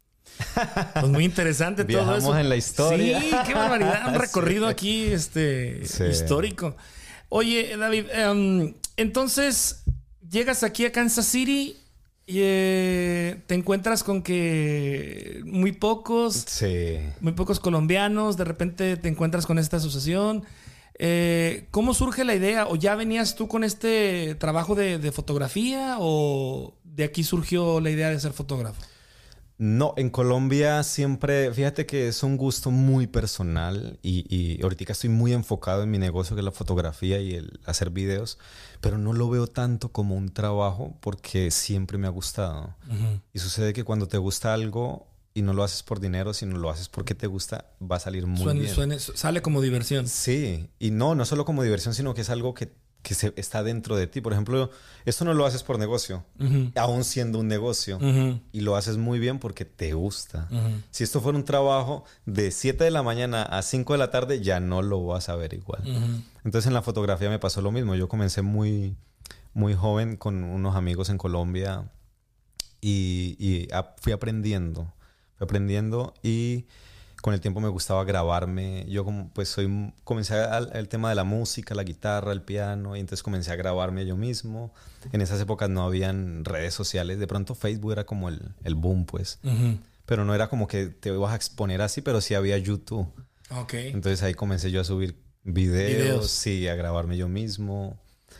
Pues muy interesante todo eso. Viajamos en la historia. Sí, qué barbaridad. Un recorrido sí. aquí este, sí. histórico. Oye, David, um, entonces llegas aquí a Kansas City y eh, te encuentras con que muy pocos, sí. muy pocos colombianos, de repente te encuentras con esta asociación. Eh, ¿Cómo surge la idea? ¿O ya venías tú con este trabajo de, de fotografía o de aquí surgió la idea de ser fotógrafo? No, en Colombia siempre, fíjate que es un gusto muy personal y, y ahorita estoy muy enfocado en mi negocio que es la fotografía y el hacer videos, pero no lo veo tanto como un trabajo porque siempre me ha gustado. Uh-huh. Y sucede que cuando te gusta algo y no lo haces por dinero, sino lo haces porque te gusta, va a salir muy suene, bien. Suene, sale como diversión. Sí, y no, no solo como diversión, sino que es algo que que se, está dentro de ti. Por ejemplo, esto no lo haces por negocio, uh-huh. aún siendo un negocio. Uh-huh. Y lo haces muy bien porque te gusta. Uh-huh. Si esto fuera un trabajo de siete de la mañana a cinco de la tarde, ya no lo vas a ver igual. Uh-huh. Entonces, en la fotografía me pasó lo mismo. Yo comencé muy, muy joven con unos amigos en Colombia y, y a, fui aprendiendo. Fui aprendiendo y con el tiempo me gustaba grabarme. Yo como pues soy, comencé al, el tema de la música, la guitarra, el piano, y entonces comencé a grabarme yo mismo. En esas épocas no habían redes sociales. De pronto Facebook era como el, el boom, pues. Uh-huh. Pero no era como que te ibas a exponer así, pero sí había YouTube. Okay. Entonces ahí comencé yo a subir videos, videos. Sí, a grabarme yo mismo.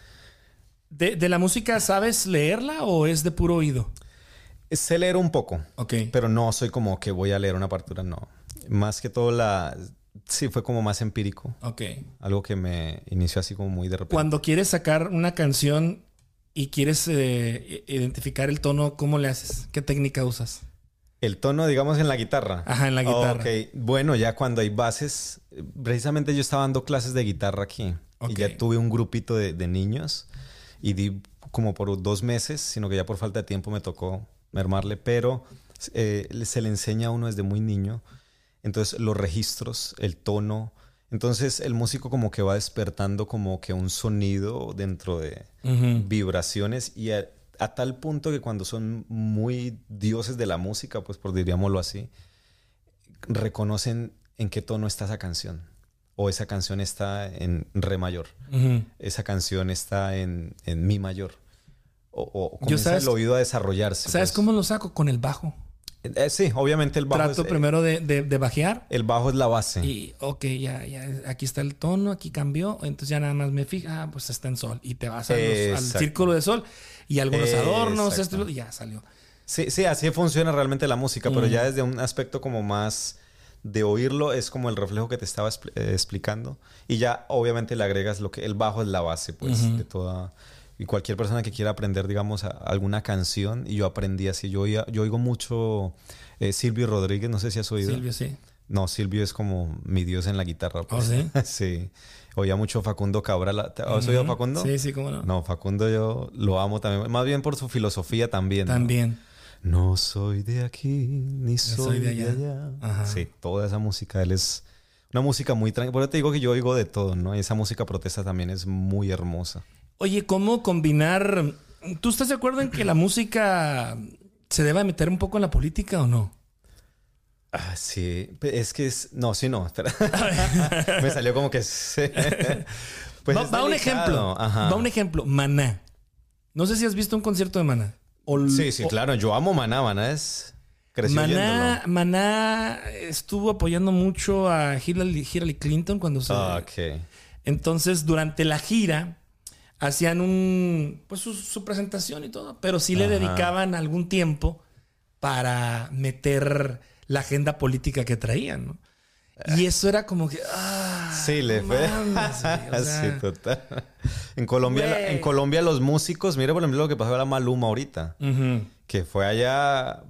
¿De, de la música sabes leerla o es de puro oído? Sé leer un poco, okay. Pero no soy como que voy a leer una partitura, no. Más que todo la... Sí, fue como más empírico. Okay. Algo que me inició así como muy de repente. Cuando quieres sacar una canción y quieres eh, identificar el tono, ¿cómo le haces? ¿Qué técnica usas? El tono, digamos, en la guitarra. Ajá, en la guitarra. Oh, ok. Bueno, ya cuando hay bases... Precisamente yo estaba dando clases de guitarra aquí. Okay. Y ya tuve un grupito de, de niños. Y di como por dos meses, sino que ya por falta de tiempo me tocó mermarle. Pero eh, se le enseña a uno desde muy niño. Entonces, los registros, el tono. Entonces, el músico como que va despertando como que un sonido dentro de uh-huh. vibraciones. Y a, a tal punto que cuando son muy dioses de la música, pues por diríamoslo así, reconocen en qué tono está esa canción. O esa canción está en re mayor. Uh-huh. Esa canción está en, en mi mayor. O, o comienza sabes, el oído a desarrollarse. ¿Sabes pues. cómo lo saco? Con el bajo. Eh, sí, obviamente el bajo Trato es... primero de, de, de bajear. El bajo es la base. Y, ok, ya, ya, aquí está el tono, aquí cambió. Entonces ya nada más me fijo, ah, pues está en sol. Y te vas a los, al círculo de sol y algunos adornos, esto, y ya salió. Sí, sí, así funciona realmente la música, mm. pero ya desde un aspecto como más de oírlo, es como el reflejo que te estaba expl- eh, explicando. Y ya obviamente le agregas lo que... El bajo es la base, pues, uh-huh. de toda... Y cualquier persona que quiera aprender, digamos, a, alguna canción, y yo aprendí así. Yo, oía, yo oigo mucho eh, Silvio Rodríguez, no sé si has oído. Silvio, sí. No, Silvio es como mi dios en la guitarra. Pues. ¿Oh, sí? Sí. Oía mucho Facundo Cabral. ¿Has uh-huh. oído Facundo? Sí, sí, cómo no. No, Facundo yo lo amo también. Más bien por su filosofía también. También. ¿no? No soy de aquí, ni soy, soy de allá. De allá. Ajá. Sí, toda esa música, él es una música muy tranquila. Por eso te digo que yo oigo de todo, ¿no? Y esa música protesta también es muy hermosa. Oye, ¿cómo combinar? ¿Tú estás de acuerdo en que la música se deba meter un poco en la política o no? Ah, sí. Es que es... No, sí, no. Espera. Me salió como que... Sí. Pues va, va un ejemplo. Ajá. Va un ejemplo. Maná. No sé si has visto un concierto de Maná. O, sí, sí, o, claro. Yo amo Maná. Maná es... Creció Maná, Maná estuvo apoyando mucho a Hillary, Hillary Clinton cuando se... Ah, ok. Entonces, durante la gira... Hacían un pues su, su presentación y todo, pero sí le Ajá. dedicaban algún tiempo para meter la agenda política que traían, ¿no? Y eso era como que... Ah, sí, le no fue. mames, güey, o sea, sí, total. En Colombia, en Colombia los músicos... Mira, por ejemplo, lo que pasó a la Maluma ahorita. Uh-huh. Que fue allá...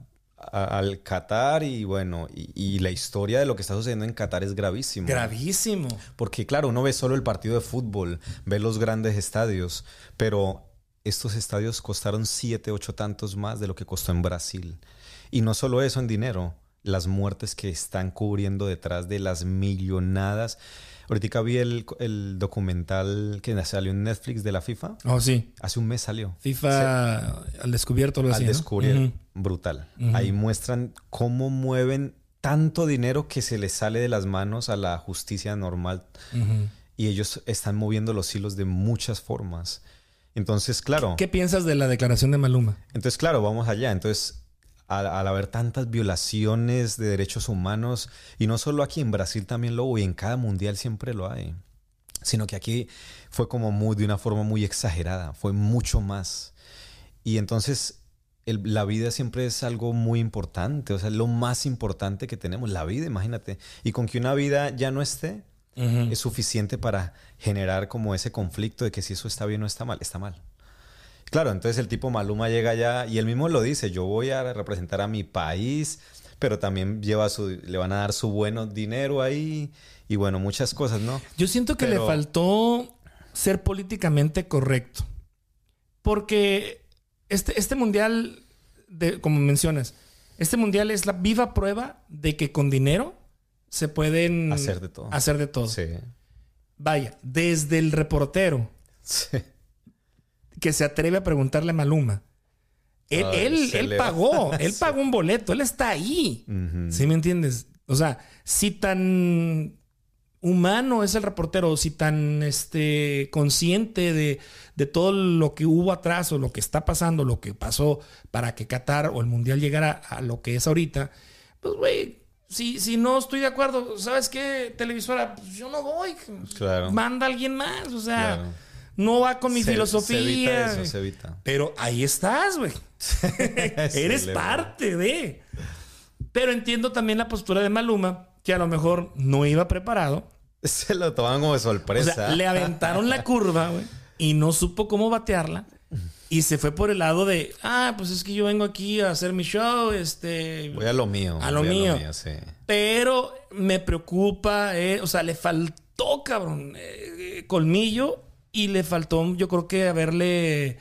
al Qatar y bueno, y, y la historia de lo que está sucediendo en Qatar es gravísimo. Gravísimo. Porque claro, uno ve solo el partido de fútbol, ve los grandes estadios, pero estos estadios costaron siete, ocho tantos más de lo que costó en Brasil. Y no solo eso en dinero, las muertes que están cubriendo detrás de las millonadas. Ahorita vi el, el documental que salió en Netflix de la FIFA. Oh, sí. Hace un mes salió. FIFA sí. al descubierto. Lo al así, descubierto. ¿no? Brutal. Uh-huh. Ahí muestran cómo mueven tanto dinero que se les sale de las manos a la justicia normal. Uh-huh. Y ellos están moviendo los hilos de muchas formas. Entonces, claro. ¿Qué, qué piensas de la declaración de Maluma? Entonces, claro, vamos allá. Entonces... Al, al haber tantas violaciones de derechos humanos, y no solo aquí en Brasil también lo hubo, y en cada mundial siempre lo hay, sino que aquí fue como muy, de una forma muy exagerada, fue mucho más. Y entonces el, la vida siempre es algo muy importante, o sea, lo más importante que tenemos, la vida, imagínate. Y con que una vida ya no esté, uh-huh. es suficiente para generar como ese conflicto de que si eso está bien o está mal, está mal. Claro, entonces el tipo Maluma llega allá y él mismo lo dice, yo voy a representar a mi país, pero también lleva su, le van a dar su buen dinero ahí y bueno, muchas cosas, ¿no? Yo siento que pero... le faltó ser políticamente correcto. Porque este, este mundial, de, como mencionas, este mundial es la viva prueba de que con dinero se pueden hacer de todo. Hacer de todo. Sí. Vaya, desde el reportero. Sí. Que se atreve a preguntarle a Maluma. Él, Ay, él, él pagó. él sí. pagó un boleto. Él está ahí. Uh-huh. ¿Sí me entiendes? O sea, si tan humano es el reportero, si tan este, consciente de, de todo lo que hubo atrás o lo que está pasando, lo que pasó para que Qatar o el Mundial llegara a lo que es ahorita, pues, güey, si, si no estoy de acuerdo, ¿sabes qué, televisora? Pues yo no voy. Claro. Manda a alguien más, o sea, Claro. no va con mi Se- filosofía. Se evita eso, se evita. Pero ahí estás, güey. Eres le- parte de. Pero entiendo también la postura de Maluma, que a lo mejor no iba preparado. Se lo toman como de O sorpresa. sea, le aventaron la curva, güey, y no supo cómo batearla. Y se fue por el lado de, ah, pues es que yo vengo aquí a hacer mi show, este... Voy a lo mío. A lo voy mío. sí. Pero me preocupa, eh, o sea, le faltó, cabrón, eh, colmillo y le faltó, yo creo que haberle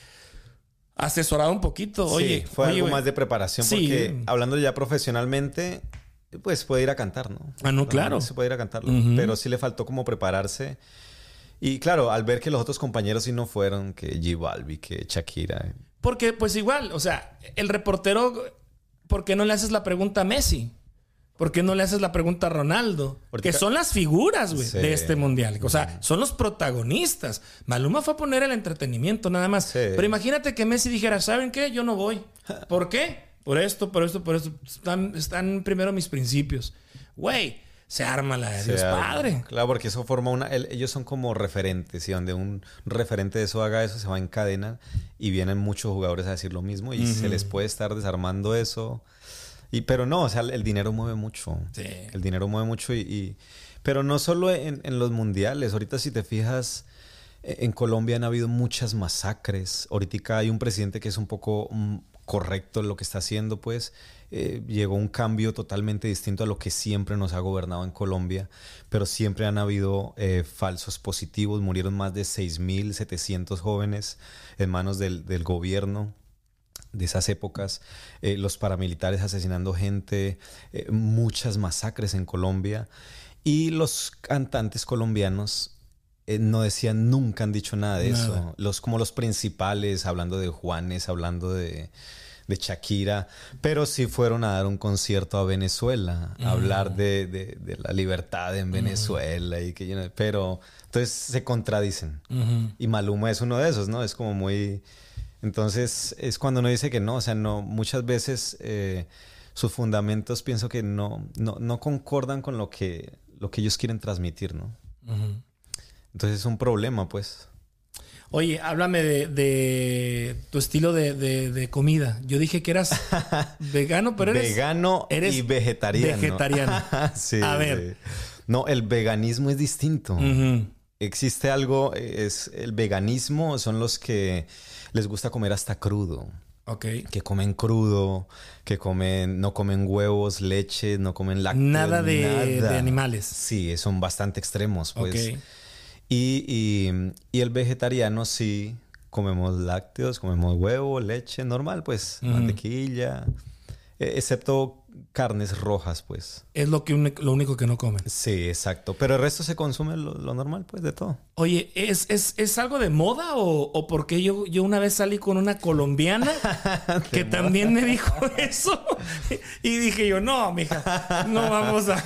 asesorado un poquito. Oye, sí, fue oye, algo güey. más de preparación Sí. porque hablando ya profesionalmente, pues puede ir a cantar, ¿no? Ah, no, claro. Se puede ir a cantarlo. Ujú. Pero sí le faltó como prepararse. Y claro, al ver que los otros compañeros sí no fueron, que J Balvin, que Shakira. Porque, pues igual, o sea, el reportero, ¿por qué no le haces la pregunta a Messi? ¿Por qué no le haces la pregunta a Ronaldo? Porque que son las figuras, güey, Sí. de este mundial. O sea, son los protagonistas. Maluma fue a poner el entretenimiento nada más. Sí. Pero imagínate que Messi dijera, ¿saben qué? Yo no voy. ¿Por qué? Por esto, por esto, por esto. Están, están primero mis principios. Güey, se arma la de O Dios sea, Padre. Claro, porque eso forma una... el- ellos son como referentes y donde un referente de eso haga eso se va en cadena y vienen muchos jugadores a decir lo mismo y se les puede estar desarmando eso. Y, pero no, o sea, el dinero mueve mucho. Sí. El dinero mueve mucho y... y- pero no solo en, en los mundiales. Ahorita si te fijas, eh, en Colombia han habido muchas masacres. Ahorita hay un presidente que es un poco mm, correcto en lo que está haciendo, pues. Eh, llegó un cambio totalmente distinto a lo que siempre nos ha gobernado en Colombia. Pero siempre han habido eh, falsos positivos. Murieron más de seis mil setecientos jóvenes en manos del, del gobierno de esas épocas, eh, los paramilitares asesinando gente, eh, muchas masacres en Colombia y los cantantes colombianos eh, no decían, nunca han dicho nada de Nada. eso. Los, como los principales, hablando de Juanes, hablando de, de Shakira, pero sí fueron a dar un concierto a Venezuela, a hablar de, de, de la libertad en Venezuela y que, you know, pero entonces se contradicen. Ujú. Y Maluma es uno de esos, ¿no? Es como muy... Entonces es cuando uno dice que no, o sea, no, muchas veces eh, sus fundamentos pienso que no, no, no concordan con lo que, lo que ellos quieren transmitir, ¿no? Ujú. Entonces es un problema, pues. Oye, háblame de, de tu estilo de, de- de comida. Yo dije que eras vegano, pero eres... Vegano eres y vegetariano. vegetariano. Sí, A ver. sí. No, el veganismo es distinto. Ujú. Existe algo, es el veganismo, son los que les gusta comer hasta crudo. Ok. Que comen crudo, que comen, no comen huevos, leche, no comen lácteos. Nada de, nada. de animales. Sí, son bastante extremos, pues. Ok. Y, y, y el vegetariano sí comemos lácteos, comemos huevo, leche, normal, pues, Ujú. mantequilla, eh, excepto carnes rojas, pues. Es lo, que uni- lo único que no comen. Sí, exacto. Pero el resto se consume lo, lo normal, pues, de todo. Oye, ¿es, es, es algo de moda o, o porque yo, yo una vez salí con una colombiana que también me dijo eso? Y dije yo, no, mija, no vamos a...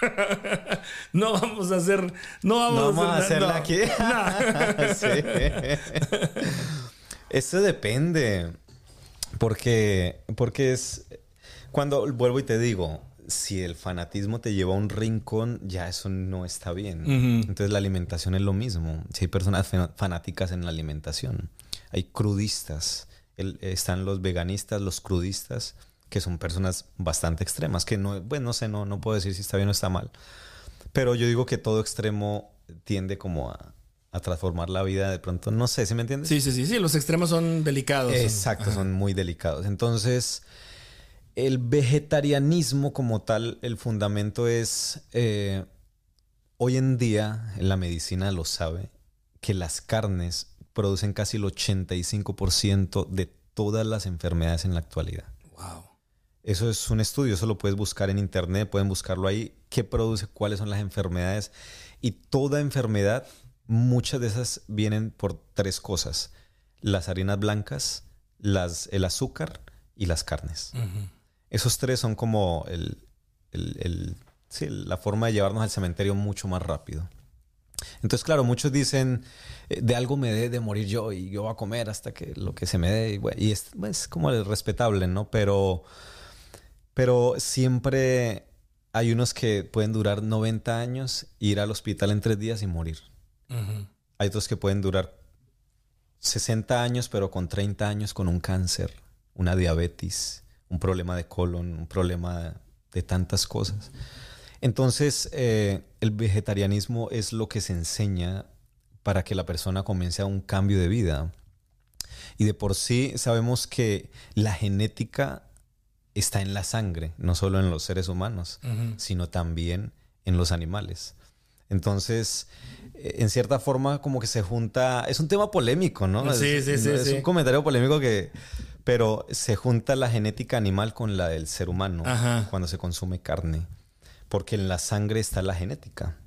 no vamos a hacer... No vamos, No vamos a hacer hacerla no. aquí. Sí. Eso depende. Porque, porque es... Cuando vuelvo y te digo, si el fanatismo te lleva a un rincón, ya eso no está bien. Ujú. Entonces la alimentación es lo mismo. Si hay personas fan- fanáticas en la alimentación, hay crudistas. El- están los veganistas, los crudistas, que son personas bastante extremas, que no, bueno, no sé, no, no puedo decir si está bien o está mal. Pero yo digo que todo extremo tiende como a, a transformar la vida de pronto. No sé, ¿sí me entiendes? Sí, sí, sí, sí. Los extremos son delicados. Exacto, Ajá. son muy delicados. Entonces, el vegetarianismo como tal, el fundamento es, eh, hoy en día, la medicina lo sabe, que las carnes producen casi el ochenta y cinco por ciento de todas las enfermedades en la actualidad. Wow. Eso es un estudio, eso lo puedes buscar en internet, pueden buscarlo ahí, qué produce, cuáles son las enfermedades. Y toda enfermedad, muchas de esas vienen por tres cosas. Las harinas blancas, las, el azúcar y las carnes. Ujú. Esos tres son como el, el, el, sí, la forma de llevarnos al cementerio mucho más rápido. Entonces, claro, muchos dicen, eh, de algo me dé de morir yo y yo voy a comer hasta que lo que se me dé. Y, bueno, y es, es como respetable, ¿no? Pero, pero siempre hay unos que pueden durar noventa años, ir al hospital en tres días y morir. Uh-huh. Hay otros que pueden durar sesenta años, pero con treinta años con un cáncer, una diabetes, un problema de colon, un problema de, de tantas cosas. Entonces, eh, el vegetarianismo es lo que se enseña para que la persona comience a un cambio de vida. Y de por sí sabemos que la genética está en la sangre, no solo en los seres humanos, uh-huh. sino también en los animales. Entonces, en cierta forma, como que se junta... Es un tema polémico, ¿no? Sí, es, sí, sí. Es sí. un comentario polémico que... Pero se junta la genética animal con la del ser humano Ajá. cuando se consume carne. Porque en la sangre está la genética.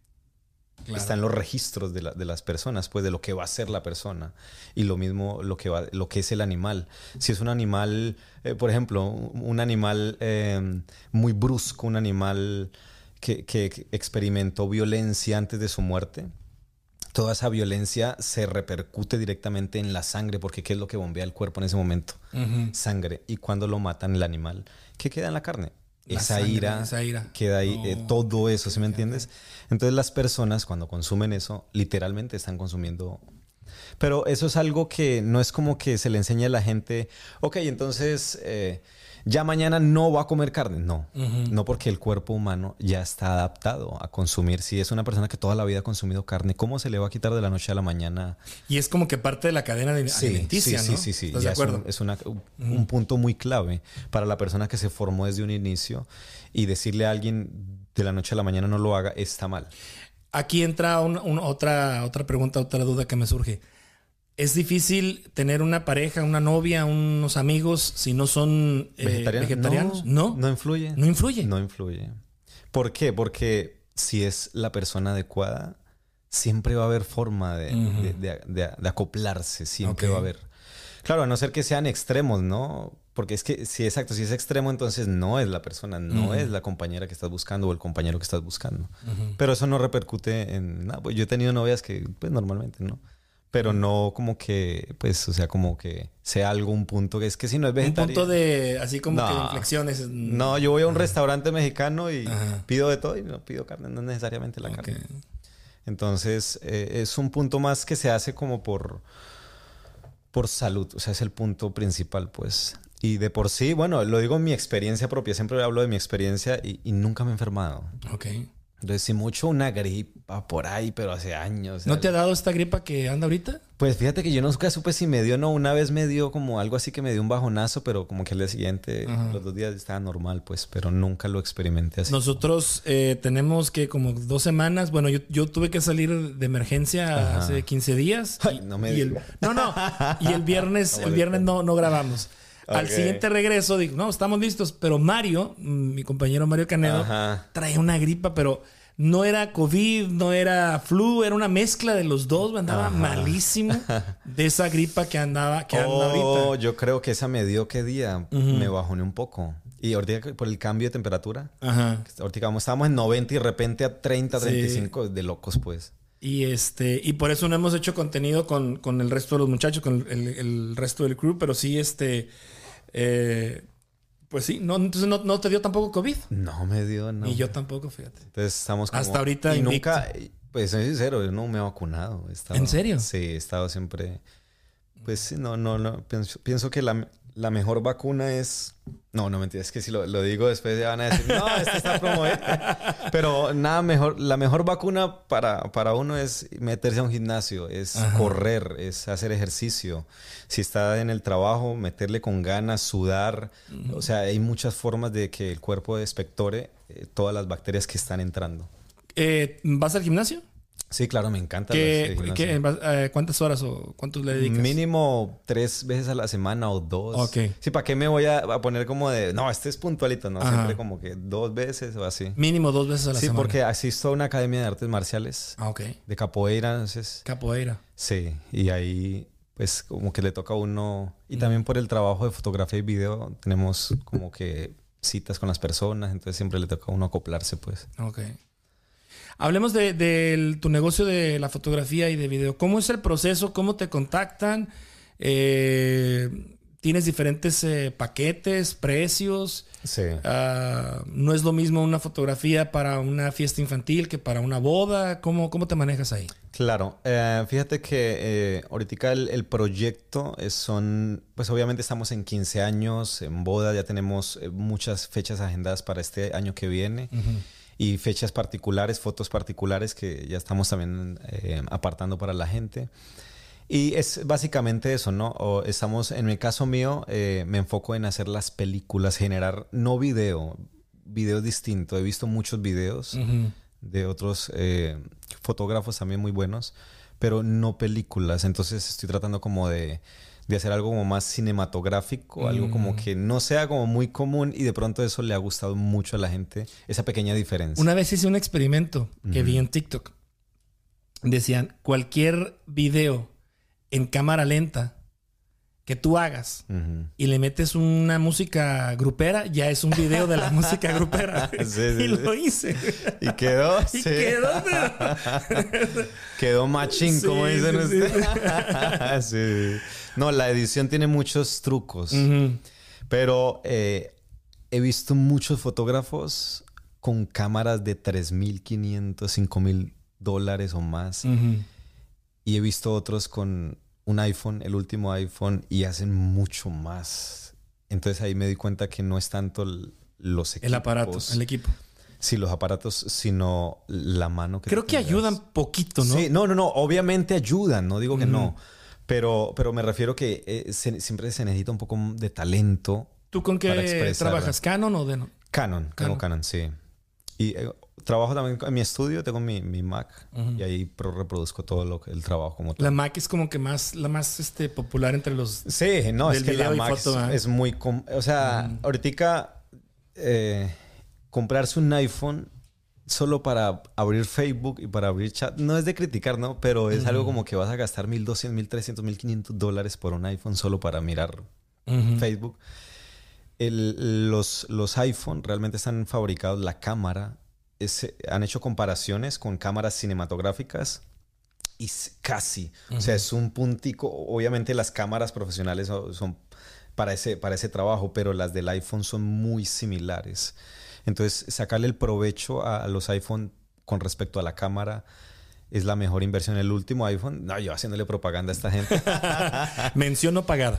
Claro. Están los registros de, la, de las personas, pues de lo que va a ser la persona. Y lo mismo lo que, va, lo que es el animal. Si es un animal, eh, por ejemplo, un animal eh, muy brusco, un animal que, que experimentó violencia antes de su muerte, toda esa violencia se repercute directamente en la sangre, porque ¿qué es lo que bombea el cuerpo en ese momento? Uh-huh. Sangre. Y cuando lo matan el animal, ¿qué queda en la carne? La esa, sangre, ira, esa ira queda ahí, oh, eh, todo eso, ¿sí me entiendes? Entonces las personas cuando consumen eso, literalmente están consumiendo. Pero eso es algo que no es como que se le enseña a la gente, ok, entonces eh, ya mañana no va a comer carne. No, uh-huh. no, porque el cuerpo humano ya está adaptado a consumir. Si es una persona que toda la vida ha consumido carne, ¿cómo se le va a quitar de la noche a la mañana? Y es como que parte de la cadena de sí, alimenticia, sí, ¿no? Sí, sí, sí. ¿Estás ya de acuerdo? Es, un, es una, un uh-huh. punto muy clave para la persona que se formó desde un inicio, y decirle a alguien de la noche a la mañana no lo haga está mal. Aquí entra un, un, otra, otra pregunta, otra duda que me surge. ¿Es difícil tener una pareja, una novia, unos amigos si no son eh, ¿Vegetarianos? vegetarianos? No, no. No influye. No influye. No influye. ¿Por qué? Porque si es la persona adecuada, siempre va a haber forma de, uh-huh. de, de, de, de acoplarse. Siempre okay. va a haber. Claro, a no ser que sean extremos, ¿no? Porque es que, sí, exacto, si es extremo, entonces no es la persona, no uh-huh. es la compañera que estás buscando o el compañero que estás buscando. Uh-huh. Pero eso no repercute en nada. Pues yo he tenido novias que, pues normalmente, ¿no? Pero no como que, pues, o sea, como que sea algún punto que es que si no es vegetariano. Un punto de, así como no, que de inflexiones. No, yo voy a un Ajá. restaurante mexicano y Ajá. pido de todo y no pido carne, no necesariamente la okay. carne. Entonces, eh, es un punto más que se hace como por, por salud, o sea, es el punto principal, pues. Y de por sí, bueno, lo digo en mi experiencia propia, siempre hablo de mi experiencia y, y nunca me he enfermado. Ok. Entonces, si mucho una gripa por ahí, pero hace años. ¿No te ha dado esta gripa que anda ahorita? Pues fíjate que yo nunca supe si me dio o no. Una vez me dio como algo así que me dio un bajonazo, pero como que al día siguiente, Ajá. los dos días estaba normal, pues, pero nunca lo experimenté así. Nosotros eh, tenemos que como dos semanas, bueno, yo, yo tuve que salir de emergencia Ajá. hace quince días. Ay, y, no me y el, No, no. Y el viernes, el viernes no, no grabamos. Okay. Al siguiente regreso digo, no, estamos listos. Pero Mario, mi compañero Mario Canedo, Ajá. trae una gripa, pero... No era COVID, no era flu, era una mezcla de los dos. Andaba Ajá. malísimo de esa gripa que andaba que oh, anda ahorita. Yo creo que esa me dio qué día. Uh-huh. Me bajoné un poco. Y ahorita por el cambio de temperatura. Ajá. Ahorita como estábamos en noventa y de repente a treinta, treinta y cinco. Sí. De locos, pues. Y este y por eso no hemos hecho contenido con, con el resto de los muchachos, con el, el resto del crew. Pero sí, este... Eh, Pues sí, no, entonces no, no te dio tampoco COVID. No me dio, no. Y yo tampoco, fíjate. Entonces estamos como... Hasta ahorita y nunca, pues soy sincero, yo no me he vacunado. He estado, ¿En serio? Sí, he estado siempre... Pues sí, no, no, no. Pienso, pienso que la, la mejor vacuna es... No, no mentira, es que si lo, lo digo después ya van a decir, no, este está promovido. Pero nada mejor, la mejor vacuna para, para uno es meterse a un gimnasio, es Ajá. correr, es hacer ejercicio. Si está en el trabajo, meterle con ganas, sudar. Uh-huh. O sea, hay muchas formas de que el cuerpo expectore eh, todas las bacterias que están entrando. Eh, ¿Vas al gimnasio? Sí, claro, me encanta. ¿Qué, ¿qué, eh, ¿Cuántas horas o cuántos le dedicas? Mínimo tres veces a la semana o dos. Ok. Sí, ¿para qué me voy a, a poner como de... No, este es puntualito, ¿no? Ajá. Siempre como que dos veces o así. Mínimo dos veces a la sí, semana. Sí, porque asisto a una academia de artes marciales. Ah, ok. De capoeira, entonces... Capoeira. Sí, y ahí pues como que le toca a uno... Y mm. también por el trabajo de fotografía y video tenemos como que... citas con las personas, entonces siempre le toca a uno acoplarse, pues. Ok. Hablemos de, de tu negocio de la fotografía y de video. ¿Cómo es el proceso? ¿Cómo te contactan? Eh, ¿Tienes diferentes eh, paquetes, precios? Sí. Uh, ¿No es lo mismo una fotografía para una fiesta infantil que para una boda? ¿Cómo, cómo te manejas ahí? Claro. Eh, fíjate que eh, ahorita el, el proyecto es, son... Pues obviamente estamos en quince años, en boda. Ya tenemos eh, muchas fechas agendadas para este año que viene. Uh-huh. Y fechas particulares, fotos particulares que ya estamos también eh, apartando para la gente. Y es básicamente eso, ¿no? O estamos, en el caso mío, eh, me enfoco en hacer las películas, generar, no video, video distinto. He visto muchos videos uh-huh. de otros eh, fotógrafos también muy buenos, pero no películas. Entonces estoy tratando como de, de hacer algo como más cinematográfico, uh-huh. algo como que no sea como muy común y de pronto eso le ha gustado mucho a la gente, esa pequeña diferencia. Una vez hice un experimento que uh-huh. vi en TikTok. Decían, cualquier video en cámara lenta que tú hagas uh-huh. y le metes una música grupera, ya es un video de la música grupera. Sí, sí, y sí. lo hice. Y quedó. Y sí. quedó. Pero... quedó machín, sí, como dicen sí, ustedes. Sí. sí. No, la edición tiene muchos trucos. Uh-huh. Pero eh, he visto muchos fotógrafos con cámaras de tres mil quinientos, cinco mil dólares o más. Uh-huh. Y he visto otros con un iPhone, el último iPhone, y hacen mucho más. Entonces ahí me di cuenta que no es tanto el, los equipos. El aparato, el equipo. Sí, los aparatos, sino la mano que Creo que tengas. Ayudan poquito, ¿no? Sí, no, no, no. Obviamente ayudan, no digo que uh-huh. no. Pero, pero me refiero que eh, se, siempre se necesita un poco de talento. ¿Tú con qué trabajas? ¿Canon o de no? Canon, Canon, tengo Canon, sí. Y eh, trabajo también en mi estudio, tengo mi, mi Mac uh-huh. y ahí pro reproduzco todo lo que, el trabajo como tal. La Mac es como que más la más este, popular entre los... Sí, no, es que la Mac foto, es, es muy... Com o sea, uh-huh. ahorita eh, comprarse un iPhone solo para abrir Facebook y para abrir chat, no es de criticar, ¿no? Pero es uh-huh. algo como que vas a gastar mil doscientos, mil trescientos, mil quinientos dólares por un iPhone solo para mirar uh-huh. Facebook. El, los, los iPhone realmente están fabricados, la cámara, es, han hecho comparaciones con cámaras cinematográficas y casi, uh-huh. o sea, es un puntico. Obviamente las cámaras profesionales son, son para, ese, para ese trabajo, pero las del iPhone son muy similares. Entonces, sacarle el provecho a, a los iPhone con respecto a la cámara es la mejor inversión. El último iPhone, no, yo haciéndole propaganda a esta gente. Mención no pagada.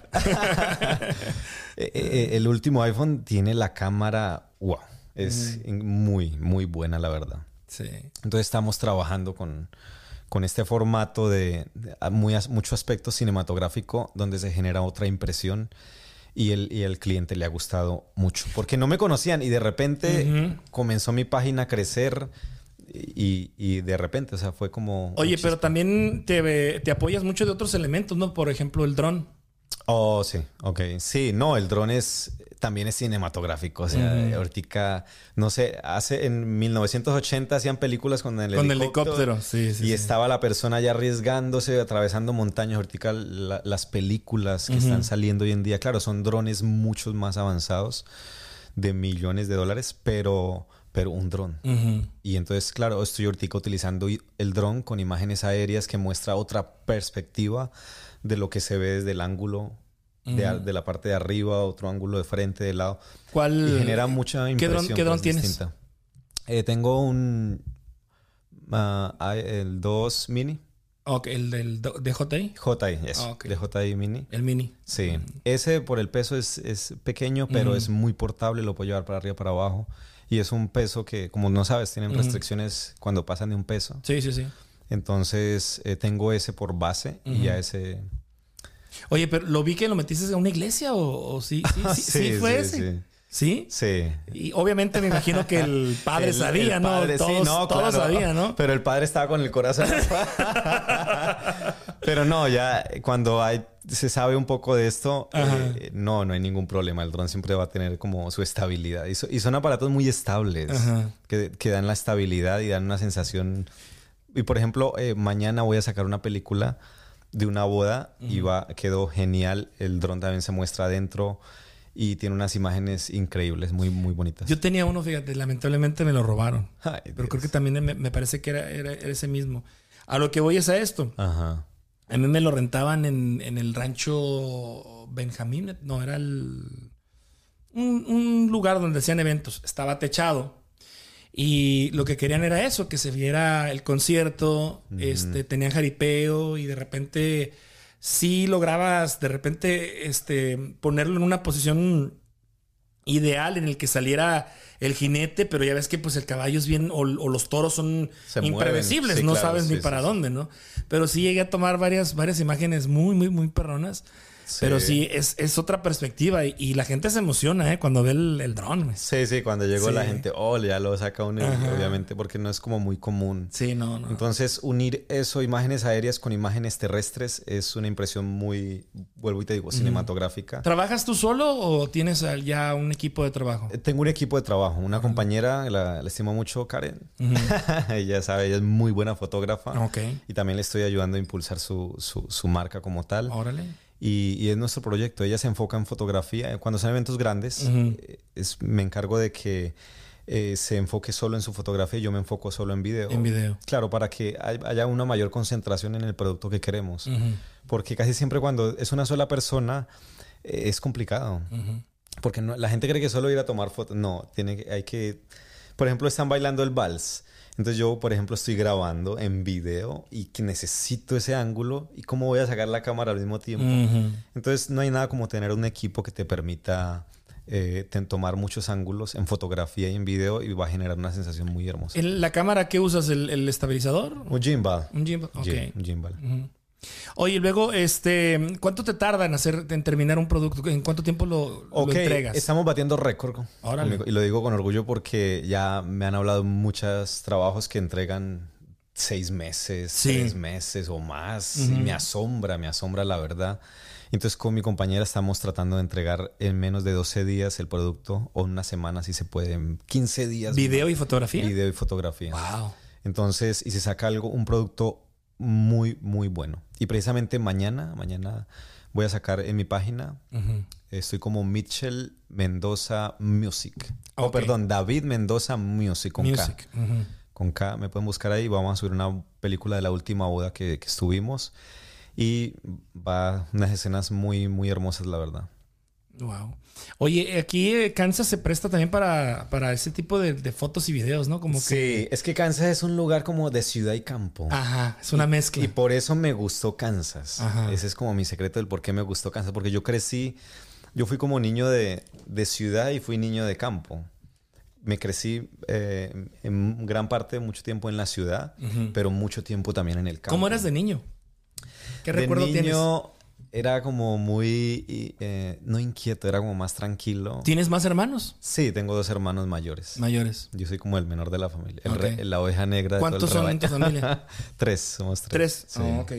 El último iPhone tiene la cámara, wow, es mm. muy, muy buena, la verdad. Sí. Entonces estamos trabajando con, con este formato de, de muy, mucho aspecto cinematográfico donde se genera otra impresión y el, y el cliente le ha gustado mucho. Porque no me conocían y de repente uh-huh. comenzó mi página a crecer. Y, y de repente, o sea, fue como... Oye, pero también te, te apoyas mucho de otros elementos, ¿no? Por ejemplo, el dron. Oh, sí. Ok. Sí, no, el dron es... También es cinematográfico. O sea, uh-huh. ahorita... No sé, hace... En mil novecientos ochenta hacían películas con el con helicóptero. Con el helicóptero, sí, sí. Y sí. estaba la persona ya arriesgándose, atravesando montañas. Ahorita la, las películas que uh-huh. están saliendo hoy en día, claro, son drones mucho más avanzados, de millones de dólares, pero... pero un dron. Uh-huh. Y entonces, claro, estoy ahorita utilizando el dron con imágenes aéreas que muestra otra perspectiva de lo que se ve desde el ángulo uh-huh. de, de la parte de arriba, otro ángulo de frente, de lado. ¿Cuál? Y genera mucha impresión. ¿Qué dron, ¿qué dron pues, tienes? Eh, tengo un... Uh, el dos Mini. Ok, ¿el del de J I? J I, eso. Oh, okay. De J I Mini. El Mini. Sí. Uh-huh. Ese por el peso es, es pequeño, pero uh-huh. es muy portable. Lo puedo llevar para arriba, para abajo. Y es un peso que, como no sabes, tienen uh-huh. restricciones cuando pasan de un peso. Sí, sí, sí. Entonces, eh, tengo ese por base uh-huh. y ya ese... Oye, pero ¿lo vi que lo metiste a una iglesia o, o sí? Sí, sí, sí, sí fue sí, ese. Sí. ¿Sí? Sí. Y obviamente me imagino que el padre el, sabía, el padre, ¿no? Todos, sí, no, todos claro. sabían, ¿no? Pero el padre estaba con el corazón. Pero no, ya cuando hay... se sabe un poco de esto, eh, no, no hay ningún problema. El dron siempre va a tener como su estabilidad. Y, so, y son aparatos muy estables que, que dan la estabilidad y dan una sensación. Y por ejemplo, eh, mañana voy a sacar una película de una boda uh-huh. y va, quedó genial. El dron también se muestra adentro y tiene unas imágenes increíbles, muy, muy bonitas. Yo tenía uno, fíjate, lamentablemente me lo robaron. Ay, pero Dios. creo que también me, me parece que era, era, era ese mismo. A lo que voy es a esto. Ajá. A mí me lo rentaban en, en el rancho Benjamín. No, era el, un, un lugar donde hacían eventos. Estaba techado. Y lo que querían era eso, que se viera el concierto. Uh-huh. este, tenían jaripeo y de repente sí lograbas de repente este, ponerlo en una posición ideal en el que saliera el jinete, pero ya ves que pues el caballo es bien, o, o los toros son se impredecibles, sí, no claro, sabes sí, ni sí, para sí, dónde, ¿no? Pero sí llegué a tomar varias, varias imágenes muy, muy, muy perronas. Sí. Pero sí, es, es otra perspectiva y, y la gente se emociona, ¿eh? Cuando ve el, el dron. Sí, sí, cuando llegó sí. la gente, oh, ya lo saca uno, obviamente, porque no es como muy común. Sí, no, no. Entonces, unir eso, imágenes aéreas con imágenes terrestres, es una impresión muy, vuelvo y te digo, cinematográfica. ¿Trabajas tú solo o tienes ya un equipo de trabajo? Tengo un equipo de trabajo. Una uh-huh. compañera, la, la estimo mucho, Karen. Uh-huh. Ella sabe, ella es muy buena fotógrafa. Okay. Y también le estoy ayudando a impulsar su, su, su marca como tal. Órale. Y, y es nuestro proyecto. Ella se enfoca en fotografía. Cuando son eventos grandes, uh-huh. es, me encargo de que eh, se enfoque solo en su fotografía y yo me enfoco solo en video. En video. Claro, para que haya una mayor concentración en el producto que queremos. Uh-huh. Porque casi siempre cuando es una sola persona eh, es complicado. Uh-huh. Porque no, la gente cree que solo ir a tomar fotos. No, tiene que, hay que... Por ejemplo, están bailando el vals. Entonces yo, por ejemplo, estoy grabando en video y que necesito ese ángulo. ¿Y cómo voy a sacar la cámara al mismo tiempo? Uh-huh. Entonces no hay nada como tener un equipo que te permita eh, te, tomar muchos ángulos en fotografía y en video y va a generar una sensación muy hermosa. ¿En la cámara qué usas? ¿El, el estabilizador? Un gimbal. Un gimbal, ok. Gim, un gimbal. Uh-huh. Oye, luego, este, ¿cuánto te tarda en hacer, en terminar un producto? ¿En cuánto tiempo lo, okay, lo entregas? Estamos batiendo récord. Órale. Y lo digo con orgullo porque ya me han hablado muchos trabajos que entregan seis meses, sí. tres meses o más. Uh-huh. Y me asombra, me asombra la verdad. Entonces, con mi compañera estamos tratando de entregar en menos de doce días el producto o una semana, si se puede, en quince días. ¿Video y fotografía? Video y fotografía. Wow. Entonces, y se saca algo, un producto muy, muy bueno. Y precisamente mañana, mañana voy a sacar en mi página, uh-huh. estoy como Mitchell Mendoza Music. Okay. Oh, perdón, David Mendoza Music con Music. K. Uh-huh. Con K, me pueden buscar ahí. Vamos a subir una película de la última boda que, que estuvimos. Y va unas escenas muy, muy hermosas, la verdad. Wow. Oye, aquí Kansas se presta también para, para ese tipo de, de fotos y videos, ¿no? Como sí, que... es que Kansas es un lugar como de ciudad y campo. Ajá, es una y, mezcla. Y por eso me gustó Kansas. Ajá. Ese es como mi secreto del por qué me gustó Kansas. Porque yo crecí, yo fui como niño de, de ciudad y fui niño de campo. Me crecí eh, en gran parte, mucho tiempo en la ciudad, uh-huh. pero mucho tiempo también en el campo. ¿Cómo eras de niño? ¿Qué de recuerdo niño, tienes? Era como muy... Eh, no inquieto, era como más tranquilo. ¿Tienes más hermanos? Sí, tengo dos hermanos mayores. Mayores. Yo soy como el menor de la familia. El Okay. re, la oveja negra de todo el ¿Cuántos son en tu familia? Tres, somos tres. Tres. Sí. Oh, ok.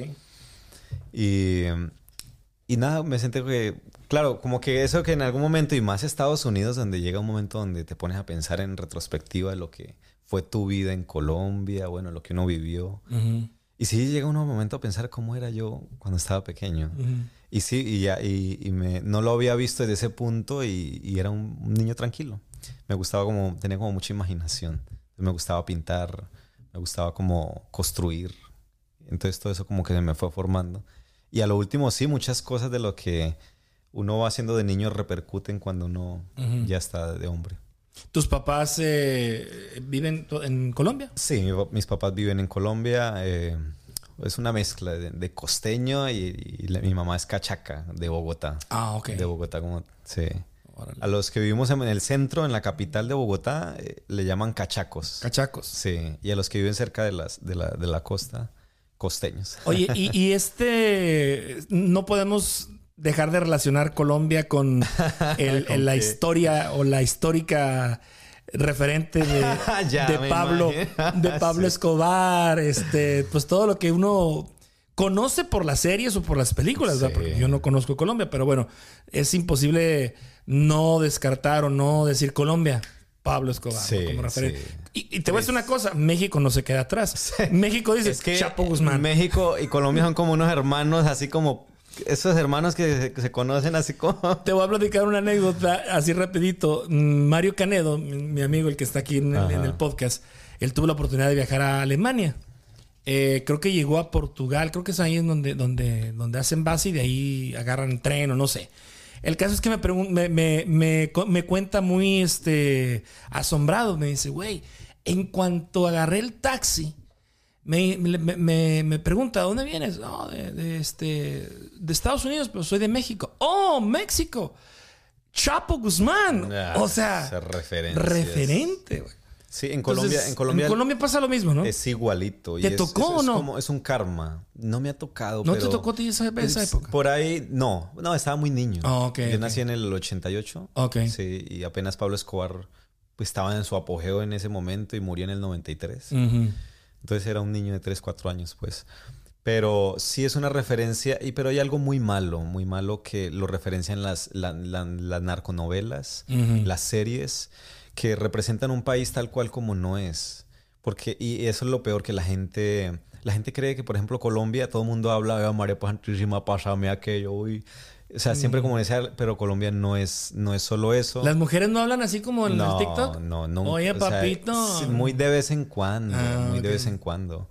Y, y nada, me sentí que... Claro, como que eso que en algún momento, y más Estados Unidos, donde llega un momento donde te pones a pensar en retrospectiva de lo que fue tu vida en Colombia, bueno, lo que uno vivió. Uh-huh. Y sí llega un momento a pensar cómo era yo cuando estaba pequeño. Uh-huh. Y sí, y ya, y, y me, no lo había visto desde ese punto y, y era un, un niño tranquilo. Me gustaba como, tenía como mucha imaginación. Me gustaba pintar, me gustaba como construir. Entonces todo eso como que se me fue formando. Y a lo último sí, muchas cosas de lo que uno va haciendo de niño repercuten cuando uno uh-huh. ya está de hombre. ¿Tus papás eh, viven en Colombia? Sí, mi, mis papás viven en Colombia. Eh, es una mezcla de, de costeño y, y la, mi mamá es cachaca, de Bogotá. Ah, ok. De Bogotá, como... Sí. Órale. A los que vivimos en el centro, en la capital de Bogotá, eh, le llaman cachacos. Cachacos. Sí. Y a los que viven cerca de, las, de, la, de la costa, costeños. Oye, y, y este... No podemos... dejar de relacionar Colombia con, el, ¿Con la historia o la histórica referente de, ya, de Pablo, de Pablo sí. Escobar, este, pues todo lo que uno conoce por las series o por las películas, sí. ¿verdad? Porque yo no conozco Colombia, pero bueno, es imposible no descartar o no decir Colombia. Pablo Escobar, sí, ¿no? Como referente. Sí. Y, y te voy a decir una cosa, México no se queda atrás. Sí. México dice es que Chapo Guzmán. México y Colombia son como unos hermanos así como esos hermanos que se, que se conocen así como... Te voy a platicar una anécdota así rapidito. Mario Canedo, mi, mi amigo, el que está aquí en el, en el podcast, él tuvo la oportunidad de viajar a Alemania. Eh, creo que llegó a Portugal. Creo que es ahí en donde, donde, donde hacen base y de ahí agarran tren o no sé. El caso es que me, pregun- me, me, me, me cuenta muy este, asombrado. Me dice, güey, en cuanto agarré el taxi, me, me, me, me pregunta, ¿dónde vienes? No, de, de, este, de Estados Unidos, pero soy de México. ¡Oh, México! Chapo Guzmán. Ah, o sea, referente, güey. Sí, en Colombia, Entonces, en Colombia, en Colombia pasa lo mismo, ¿no? es igualito. ¿Te y es, tocó es, o es no? Como, es un karma. No me ha tocado, ¿No pero... te tocó a ti esa, esa es, época? Por ahí, no. No, estaba muy niño. Oh, okay, Yo okay. nací en el ochenta y ocho. Ok. Sí, y apenas Pablo Escobar pues, estaba en su apogeo en ese momento y murió en el noventa y tres. Uh-huh. Entonces era un niño de tres, cuatro años, pues. Pero sí es una referencia, y pero hay algo muy malo, muy malo que lo referencian las, la, la, las narconovelas, Uh-huh. las series, que representan un país tal cual como no es. Porque, y eso es lo peor, que la gente, la gente cree que, por ejemplo, Colombia, todo el mundo habla de María Santísima, pásame aquello, uy. O sea, siempre como decía, pero Colombia no es, no es solo eso. ¿Las mujeres no hablan así como en no, el TikTok? No, no. Oye, o sea, papito. sí, muy de vez en cuando, Ah, muy okay. de vez en cuando.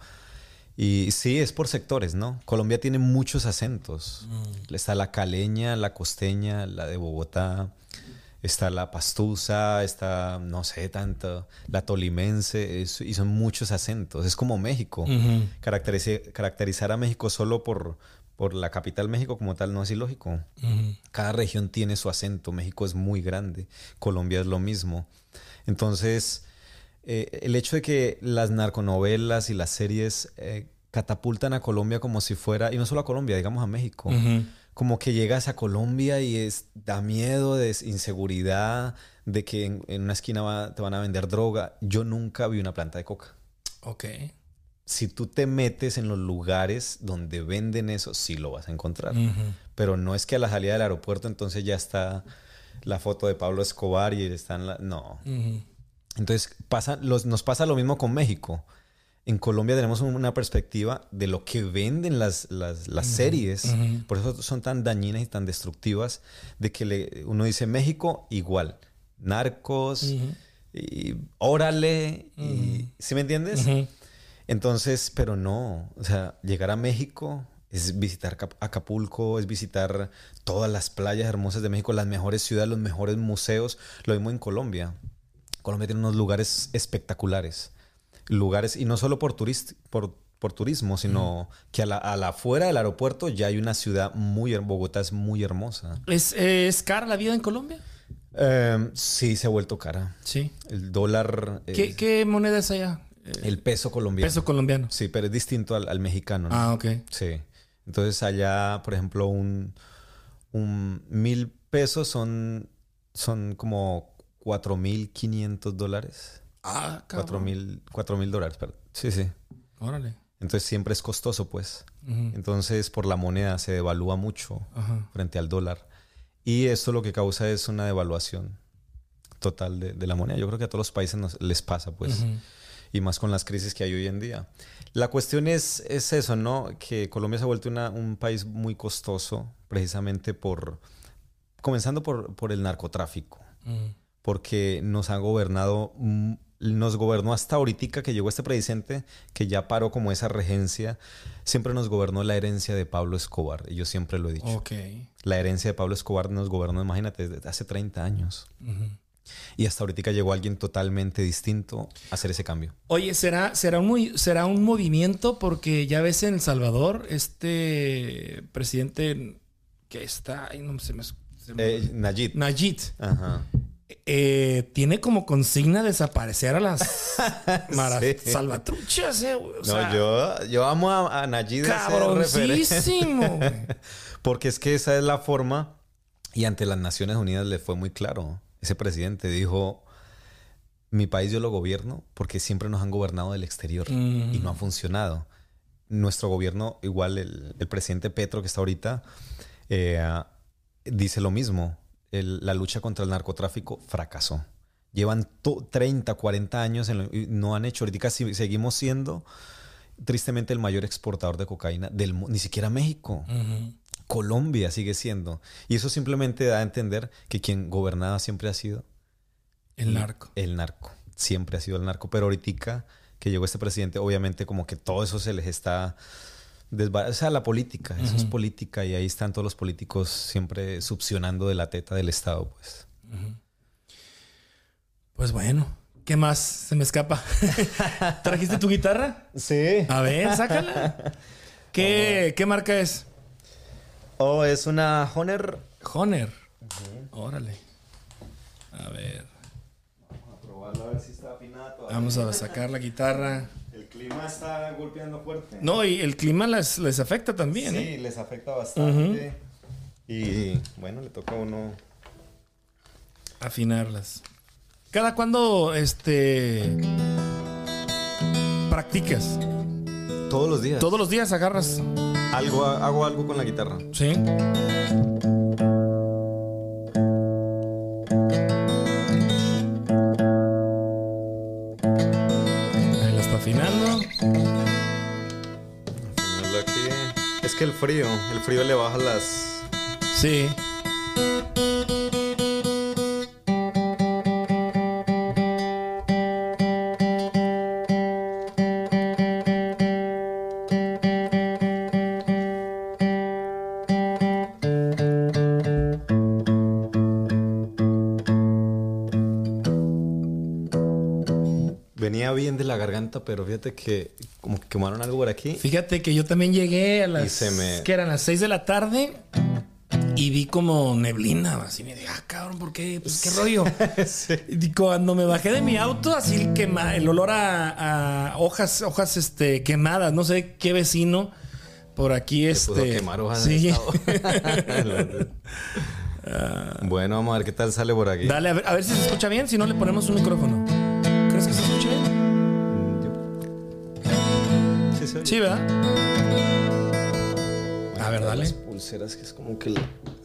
Y sí, es por sectores, ¿no? Colombia tiene muchos acentos. Mm. Está la caleña, la costeña, la de Bogotá. Está la pastusa, está, no sé, tanto, la tolimense. Es, y son muchos acentos. Es como México. Uh-huh. Caracterice, caracterizar a México solo por, por la capital México como tal no es ilógico. Uh-huh. Cada región tiene su acento. México es muy grande. Colombia es lo mismo. Entonces... Eh, el hecho de que las narconovelas y las series eh, catapultan a Colombia como si fuera, y no solo a Colombia, digamos a México, Uh-huh. como que llegas a Colombia y es, da miedo, de inseguridad, de que en, en una esquina va, te van a vender droga. Yo nunca vi una planta de coca. Ok. Si tú te metes en los lugares donde venden eso, sí lo vas a encontrar. Uh-huh. Pero no es que a la salida del aeropuerto entonces ya está la foto de Pablo Escobar y están la... No. Uh-huh. Entonces pasa, los, nos pasa lo mismo con México. En Colombia tenemos una perspectiva de lo que venden las, las, las uh-huh, series. Uh-huh. Por eso son tan dañinas y tan destructivas. De que le, uno dice México igual. Narcos. Uh-huh. Y órale. Uh-huh. Y, ¿sí me entiendes? Uh-huh. Entonces, pero no. O sea, llegar a México es visitar Acapulco. Es visitar todas las playas hermosas de México. Las mejores ciudades, los mejores museos. Lo mismo en Colombia. Colombia tiene unos lugares espectaculares. Lugares, y no solo por, turist, por, por turismo, sino mm. que a la, a la afuera del aeropuerto ya hay una ciudad muy... Bogotá es muy hermosa. ¿Es, ¿Es cara la vida en Colombia? Eh, sí, se ha vuelto cara. Sí. El dólar... ¿Qué, es, ¿Qué moneda es allá? El peso colombiano. Peso colombiano. Sí, pero es distinto al, al mexicano, ¿no? Ah, ok. Sí. Entonces allá, por ejemplo, un, un mil pesos son, son como... cuatro mil quinientos dólares. Ah, cabrón. cuatro mil dólares, perdón. Sí, sí. Órale. Entonces siempre es costoso, pues. Uh-huh. Entonces por la moneda se devalúa mucho uh-huh. frente al dólar. Y esto lo que causa es una devaluación total de, de la moneda. Yo creo que a todos los países nos, les pasa, pues. Uh-huh. Y más con las crisis que hay hoy en día. La cuestión es, es eso, ¿no? Que Colombia se ha vuelto una, un país muy costoso precisamente por... Comenzando por, por el narcotráfico. Uh-huh. Porque nos ha gobernado, nos gobernó hasta ahorita que llegó este presidente, que ya paró como esa regencia. Siempre nos gobernó la herencia de Pablo Escobar, y yo siempre lo he dicho. Okay. La herencia de Pablo Escobar nos gobernó, imagínate, desde hace treinta años. Uh-huh. Y hasta ahorita llegó alguien totalmente distinto a hacer ese cambio. Oye, ¿será, será, un, muy, será un movimiento? Porque ya ves en El Salvador, este presidente que está... Ay, no se me, se me... Eh, Nayib. Nayib. Ajá. Eh, tiene como consigna desaparecer a las maras sí. salvatruchas, eh, o sea, no, yo, yo amo a, a Nayib. Cabroncísimo. Porque es que esa es la forma, y ante las Naciones Unidas le fue muy claro. Ese presidente dijo: mi país yo lo gobierno porque siempre nos han gobernado del exterior mm. y no ha funcionado. Nuestro gobierno, igual el, el presidente Petro que está ahorita, eh, dice lo mismo. El, la lucha contra el narcotráfico fracasó. Llevan to, treinta, cuarenta años en lo, y no han hecho. Ahorita si, seguimos siendo tristemente el mayor exportador de cocaína del mundo. Ni siquiera México. Uh-huh. Colombia sigue siendo. Y eso simplemente da a entender que quien gobernaba siempre ha sido... El narco. El narco. Siempre ha sido el narco. Pero ahorita que llegó este presidente, obviamente como que todo eso se les está... Desbar... O sea, la política. Eso uh-huh. es política. Y ahí están todos los políticos siempre succionando de la teta del Estado, pues. Uh-huh. Pues bueno... ¿Qué más se me escapa? ¿Trajiste tu guitarra? Sí. A ver, sácala. ¿Qué, oh, ¿qué marca es? Oh, es una Hohner. Hohner. Uh-huh. Órale. A ver. Vamos a probarla a ver si está afinada todavía. Vamos a sacar la guitarra. El clima está golpeando fuerte. No, y el clima les, les afecta también, sí, ¿eh? les afecta bastante. Uh-huh. Y bueno, le toca a uno... afinarlas. ¿Cada cuándo este practicas? Todos los días. Todos los días agarras. Algo, hago algo con la guitarra. Sí. Ahí la está afinando. Afinarla aquí. Es que el frío, el frío le baja las... Sí. Venía bien de la garganta, pero fíjate que como que quemaron algo por aquí. Fíjate que yo también llegué a las... Y se me... que eran las seis de la tarde y vi como neblina. Así me dije, ah, cabrón, ¿por qué? Pues, ¿qué rollo? Sí. Y cuando me bajé de mi auto, así el, quema, el olor a, a hojas, hojas este, quemadas. No sé qué vecino por aquí se este... puso a quemar hojas sí. de uh... Bueno, vamos a ver qué tal sale por aquí. Dale, a ver, a ver si se escucha bien. Si no, le ponemos un micrófono. ¿Crees que se escuche bien? Sí, sí. Sí, ¿verdad? Bueno, a ver, dale. Las pulseras que es como que... La...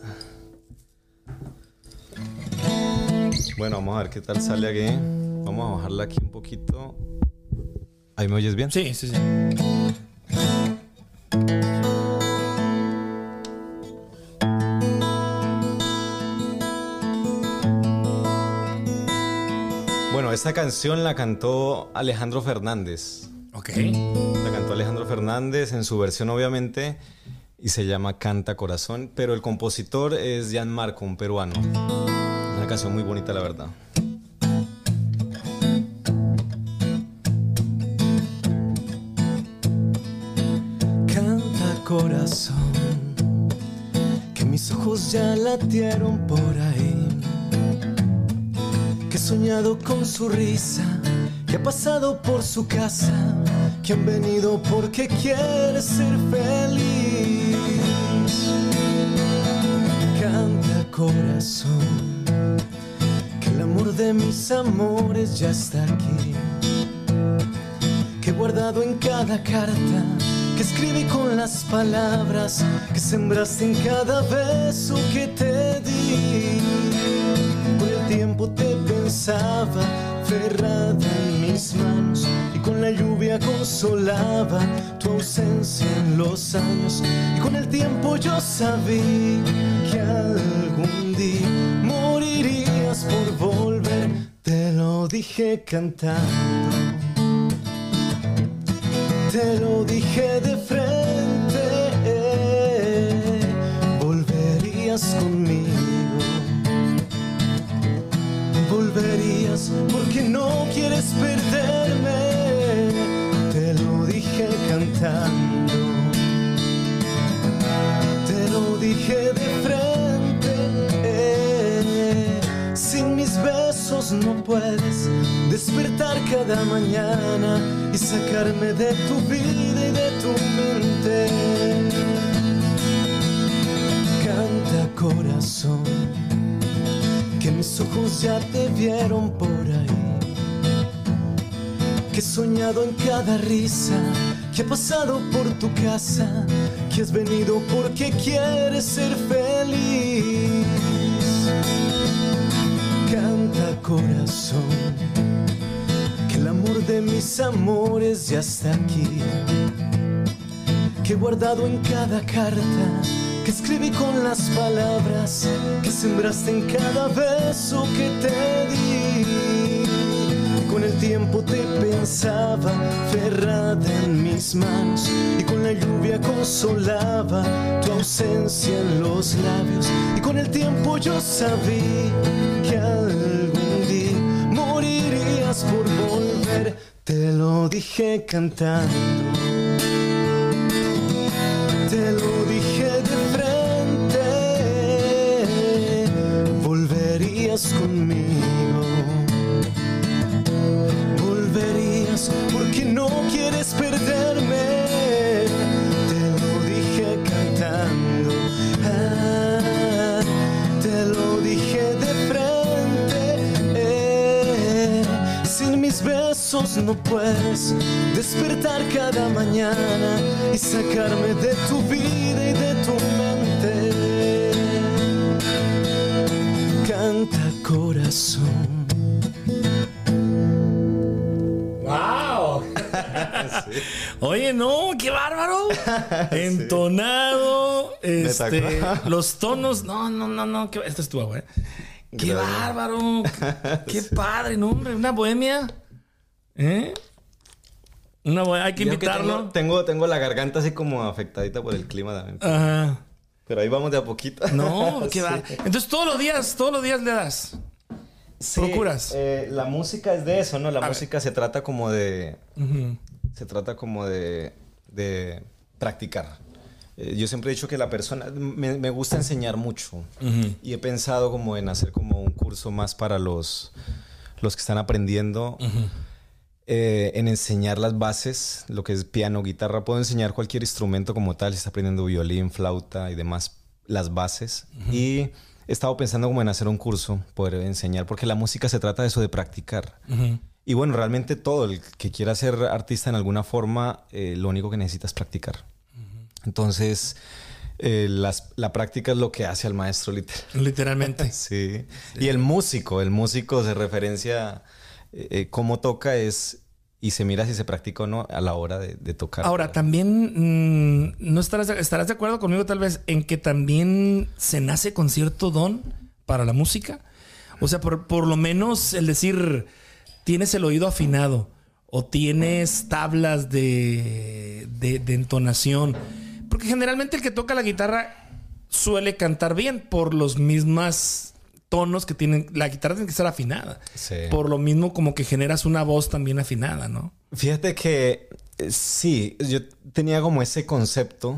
Bueno, vamos a ver qué tal sale aquí. Vamos a bajarla aquí un poquito. ¿Ahí me oyes bien? Sí, sí, sí. Bueno, esta canción la cantó Alejandro Fernández. Ok. La cantó Alejandro Fernández en su versión, obviamente, y se llama Canta Corazón, pero el compositor es Gianmarco, un peruano. Una canción muy bonita, la verdad. Canta corazón, que mis ojos ya latieron por ahí, que he soñado con su risa, que ha pasado por su casa, que han venido porque quiere ser feliz. Canta corazón, que el amor de mis amores ya está aquí, que he guardado en cada carta, que escribí con las palabras que sembraste en cada beso que te di. Con el tiempo te pensaba aferrada en mis manos, y con la lluvia consolaba tu ausencia en los años. Y con el tiempo yo sabía que algún día morirías por volver. Te lo dije cantando, te lo dije de frente, volverías conmigo, volverías porque no quieres perderme. Te lo dije cantando, te lo dije de frente, sin mis besos no puedes despertar cada mañana y sacarme de tu vida y de tu mente. Canta corazón, que mis ojos ya te vieron por ahí, que he soñado en cada risa, que he pasado por tu casa, que has venido porque quieres ser feliz. Canta corazón, que el amor de mis amores ya está aquí, que he guardado en cada carta, que que escribí con las palabras que sembraste en cada beso que te di. Y con el tiempo te pensaba aferrada en mis manos, y con la lluvia consolaba tu ausencia en los labios. Y con el tiempo yo sabía que algún día morirías por volver. Te lo dije cantando, te lo dije de frente. Volverías conmigo, volverías porque no quieres perderme. Te lo dije cantando, ah, te lo dije de frente. Eh, sin mis besos no puedes despertar cada mañana y sacarme de tu vida y de tu mente. Canta, corazón. ¡Wow! Sí. Oye, no, qué bárbaro. Entonado, este, los tonos. No, no, no, no. Qué, esto estuvo, güey. Qué Gracias. Bárbaro. Qué sí. Padre, ¿no, hombre? Una bohemia. ¿Eh? Una bohemia. Hay que Yo invitarlo. Que tengo, tengo, tengo la garganta así como afectadita por el clima también. Ajá. Pero ahí vamos de a poquito. No, qué sí. va. Entonces todos los días, todos los días le das. Sí, procuras. Eh, la música es de eso, ¿no? La a música ver. se trata como de... Uh-huh. Se trata como de... de practicar. Eh, yo siempre he dicho que la persona... Me, me gusta enseñar mucho. Uh-huh. Y he pensado como en hacer como un curso más para los... Los que están aprendiendo. Uh-huh. Eh, en enseñar las bases. Lo que es piano, guitarra. Puedo enseñar cualquier instrumento como tal. Si está aprendiendo violín, flauta y demás. Las bases. Uh-huh. Y... He estado pensando como en hacer un curso, poder enseñar, porque la música se trata de eso, de practicar. Uh-huh. Y bueno, realmente todo el que quiera ser artista en alguna forma, eh, lo único que necesita es practicar. Uh-huh. Entonces, eh, las, la práctica es lo que hace al maestro, literal. Literalmente. Sí. sí. Y el músico, el músico se referencia, eh, cómo toca es... Y se mira si se practica o no a la hora de, de tocar. Ahora, también mmm, no estarás, estarás de acuerdo conmigo tal vez en que también se nace con cierto don para la música. O sea, por, por lo menos el decir, tienes el oído afinado o tienes tablas de, de, de entonación. Porque generalmente el que toca la guitarra suele cantar bien por los mismas... tonos que tienen... La guitarra tiene que estar afinada. Sí. Por lo mismo como que generas una voz también afinada, ¿no? Fíjate que eh, sí, yo tenía como ese concepto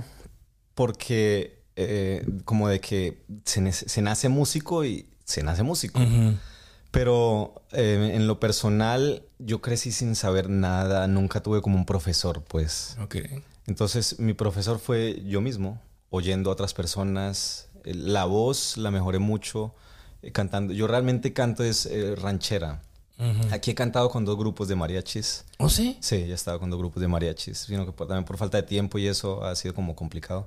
porque eh, como de que se, se nace músico y se nace músico. Uh-huh. Pero eh, en lo personal yo crecí sin saber nada. Nunca tuve como un profesor, pues. Okay. Entonces mi profesor fue yo mismo, oyendo a otras personas. La voz la mejoré mucho. Cantando. Yo realmente canto es eh, ranchera. Uh-huh. Aquí he cantado con dos grupos de mariachis. ¿Oh, sí? Sí, ya he estado con dos grupos de mariachis. Sino que por, también por falta de tiempo y eso ha sido como complicado.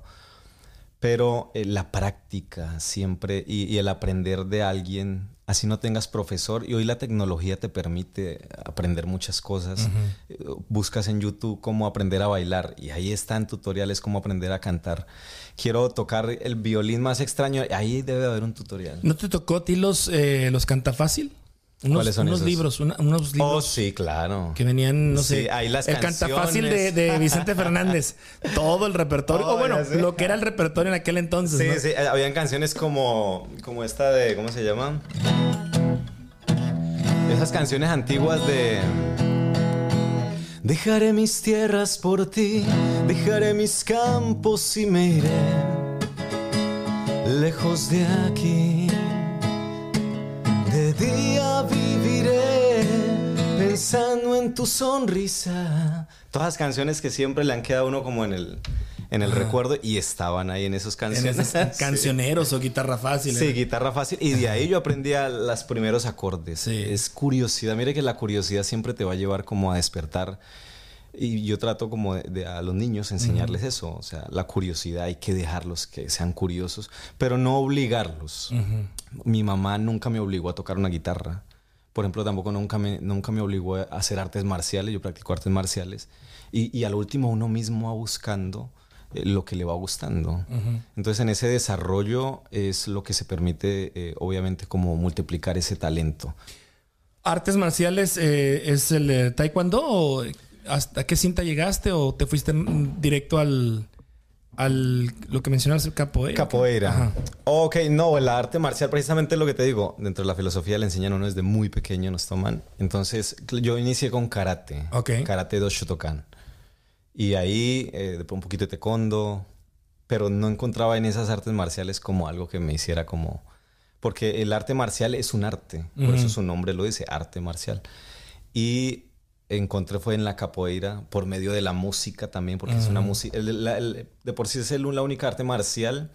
Pero eh, la práctica siempre y, y el aprender de alguien, así no tengas profesor. Y hoy la tecnología te permite aprender muchas cosas. Uh-huh. Buscas en YouTube cómo aprender a bailar y ahí están tutoriales cómo aprender a cantar. Quiero tocar el violín más extraño, ahí debe haber un tutorial. ¿No te tocó a ti los, eh, los Cantafácil? Unos, ¿Cuáles son unos esos? libros, una, unos libros. Oh, sí, claro. Que venían, no sí, sé. Ahí las el canciones. Cantafácil de, de Vicente Fernández. Todo el repertorio. O oh, bueno, lo que era el repertorio en aquel entonces. Sí, ¿no? sí. Habían canciones como, como esta de... ¿Cómo se llama? Esas canciones antiguas de... Dejaré mis tierras por ti, dejaré mis campos y me iré lejos de aquí. De día viviré pensando en tu sonrisa. Todas las canciones que siempre le han quedado a uno como en el, en el recuerdo y estaban ahí en esos canciones. En esos cancioneros sí. O guitarra fácil. Sí, ¿eh? Guitarra fácil. Y de ahí yo aprendí a los primeros acordes. Sí. Es curiosidad. Mire que la curiosidad siempre te va a llevar como a despertar. Y yo trato como de, de a los niños enseñarles uh-huh. eso. O sea, la curiosidad hay que dejarlos que sean curiosos, pero no obligarlos. Uh-huh. Mi mamá nunca me obligó a tocar una guitarra. Por ejemplo, tampoco nunca me, nunca me obligó a hacer artes marciales. Yo practico artes marciales. Y, y al último uno mismo va buscando eh, lo que le va gustando. Uh-huh. Entonces en ese desarrollo es lo que se permite, eh, obviamente, como multiplicar ese talento. ¿Artes marciales eh, es el eh, taekwondo o hasta qué cinta llegaste o te fuiste directo al... al lo que mencionabas, capoeira? Capoeira. Ajá. Ok, no, el arte marcial, precisamente lo que te digo, dentro de la filosofía le enseñan a uno desde muy pequeño, nos toman. Entonces, yo inicié con karate. Okay. Karate do Shotokan. Y ahí, eh, después un poquito de taekwondo, pero no encontraba en esas artes marciales como algo que me hiciera como... Porque el arte marcial es un arte, por uh-huh. eso su nombre lo dice, arte marcial. Y encontré fue en la capoeira por medio de la música también, porque uh-huh. es una música... De por sí es el, la única arte marcial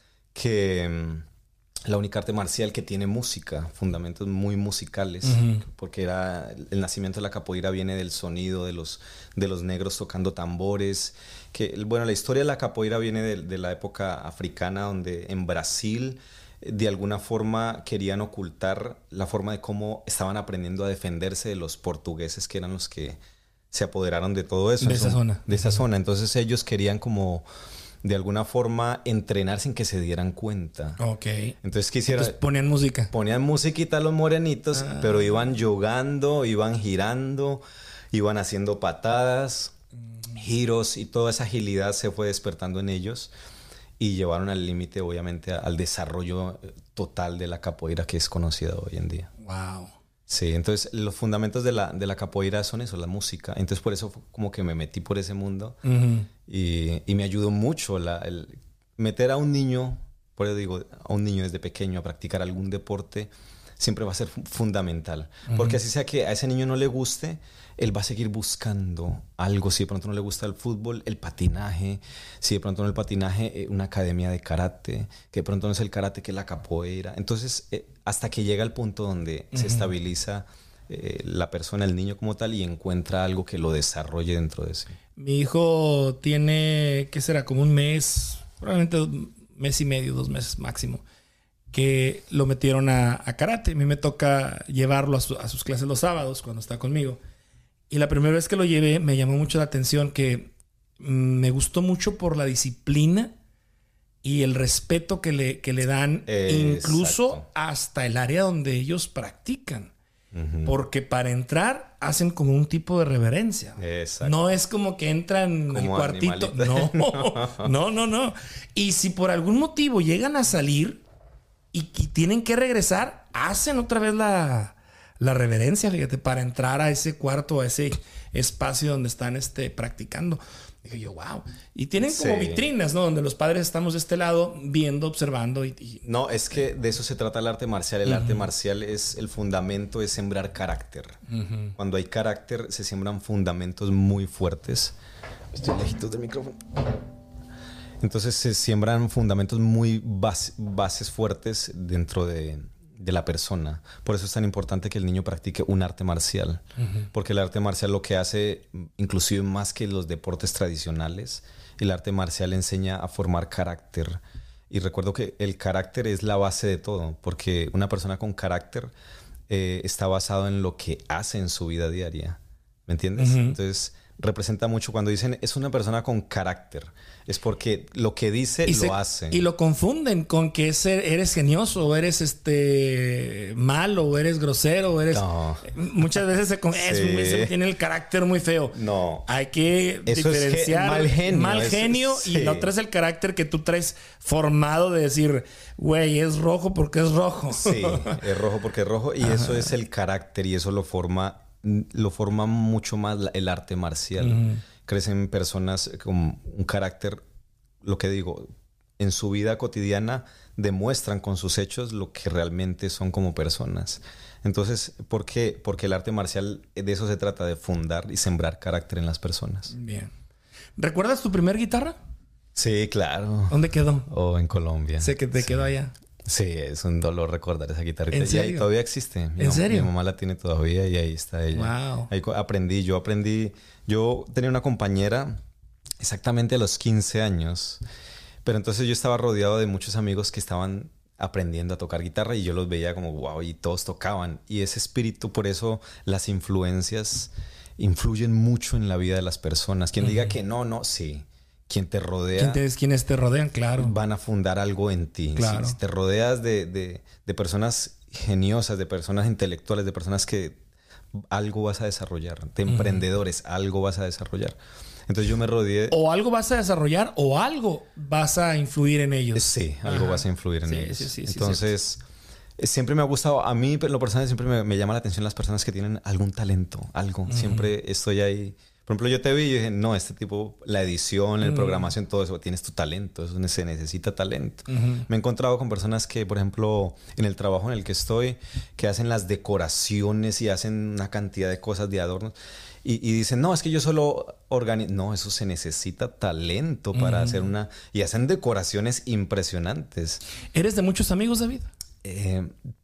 que... La única arte marcial que tiene música, fundamentos muy musicales, uh-huh. porque era el nacimiento de la capoeira viene del sonido de los, de los negros tocando tambores. Que, bueno, la historia de la capoeira viene de, de la época africana, donde en Brasil... de alguna forma querían ocultar la forma de cómo estaban aprendiendo a defenderse de los portugueses, que eran los que se apoderaron de todo eso. De esa zona. De esa zona. Entonces ellos querían como, de alguna forma, entrenar sin que se dieran cuenta. Ok. Entonces quisieron... Entonces ponían música. Ponían musiquita a los morenitos, ah. pero iban jugando, iban girando, iban haciendo patadas, mm. giros, y toda esa agilidad se fue despertando en ellos. Y llevaron al límite, obviamente, al desarrollo total de la capoeira que es conocida hoy en día. Wow. Sí, entonces los fundamentos de la, de la capoeira son eso, la música. Entonces por eso como que me metí por ese mundo. Uh-huh. y, y me ayudó mucho la, el meter a un niño, por eso digo, a un niño desde pequeño a practicar algún deporte, siempre va a ser fundamental. Uh-huh. Porque así sea que a ese niño no le guste, él va a seguir buscando algo. Si de pronto no le gusta el fútbol, el patinaje. Si de pronto no el patinaje, una academia de karate. Que de pronto no es el karate, que es la capoeira. Entonces, eh, hasta que llega al punto donde uh-huh. se estabiliza eh, la persona, el niño como tal, y encuentra algo que lo desarrolle dentro de sí. Mi hijo tiene, ¿qué será? Como un mes, probablemente un mes y medio, dos meses máximo, que lo metieron a, a karate. A mí me toca llevarlo a, su, a sus clases los sábados cuando está conmigo. Y la primera vez que lo llevé me llamó mucho la atención que me gustó mucho por la disciplina y el respeto que le, que le dan, eh, incluso exacto. hasta el área donde ellos practican. Uh-huh. Porque para entrar hacen como un tipo de reverencia. Exacto. No es como que entran en el cuartito. No, no, no, no. Y si por algún motivo llegan a salir y, y tienen que regresar, hacen otra vez la... La reverencia, fíjate, para entrar a ese cuarto, a ese espacio donde están este, practicando. Digo yo, wow. Y tienen como sí. vitrinas, ¿no? Donde los padres estamos de este lado viendo, observando. Y, y... No, es que de eso se trata el arte marcial. El uh-huh. arte marcial es el fundamento, es sembrar carácter. Uh-huh. Cuando hay carácter, se siembran fundamentos muy fuertes. Estoy lejos del micrófono. Entonces se siembran fundamentos muy base, bases fuertes dentro de... de la persona. Por eso es tan importante que el niño practique un arte marcial. Uh-huh. Porque el arte marcial lo que hace, inclusive más que los deportes tradicionales, el arte marcial enseña a formar carácter. Y recuerdo que el carácter es la base de todo, porque una persona con carácter eh, está basado en lo que hace en su vida diaria. ¿Me entiendes? Uh-huh. Entonces, representa mucho cuando dicen es una persona con carácter. Es porque lo que dice y lo se, hace. Y lo confunden con que es, eres genioso, o eres este malo, o eres grosero, o eres... No. Muchas veces se, con... sí. es, tiene el carácter muy feo. No. Hay que eso diferenciar es mal genio. Mal genio es, y sí. no traes el carácter que tú traes formado de decir, güey, es rojo porque es rojo. Sí, es rojo porque es rojo. Y Ajá. eso es el carácter y eso lo forma... lo forma mucho más el arte marcial. Uh-huh. Crecen personas con un carácter, lo que digo, en su vida cotidiana demuestran con sus hechos lo que realmente son como personas. Entonces, ¿por qué? Porque el arte marcial de eso se trata, de fundar y sembrar carácter en las personas. Bien. ¿Recuerdas tu primer guitarra? Sí, claro. ¿Dónde quedó? Oh, en Colombia. Sé que te sí. quedó allá. Sí, es un dolor recordar esa guitarrita. ¿En serio? Y todavía existe. Mi ¿En mamá, serio? Mi mamá la tiene todavía y ahí está ella. Wow. Ahí aprendí, yo aprendí. Yo tenía una compañera exactamente a los quince años. Pero entonces yo estaba rodeado de muchos amigos que estaban aprendiendo a tocar guitarra y yo los veía como wow, y todos tocaban. Y ese espíritu, por eso las influencias influyen mucho en la vida de las personas. Quien uh-huh. diga que no, no, sí. quien te rodea. ¿Quién te, ¿Quiénes te rodean? Claro. Van a fundar algo en ti. Claro. Si, si te rodeas de, de, de personas geniosas, de personas intelectuales, de personas que algo vas a desarrollar, de uh-huh. emprendedores, algo vas a desarrollar. Entonces yo me rodeé... O algo vas a desarrollar o algo vas a influir en ellos. Sí, algo Ajá. vas a influir en sí, ellos. Sí, sí, sí, Entonces, sí, siempre me ha gustado, a mí en lo personal siempre me, me llama la atención las personas que tienen algún talento, algo. Uh-huh. Siempre estoy ahí. Por ejemplo, yo te vi y dije, no, este tipo, la edición, la uh-huh. programación, todo eso, tienes tu talento, eso se necesita talento. Uh-huh. Me he encontrado con personas que, por ejemplo, en el trabajo en el que estoy, que hacen las decoraciones y hacen una cantidad de cosas, de adornos. Y, y dicen, no, es que yo solo organizo. No, eso se necesita talento para uh-huh. hacer una... Y hacen decoraciones impresionantes. ¿Eres de muchos amigos, David? Eh,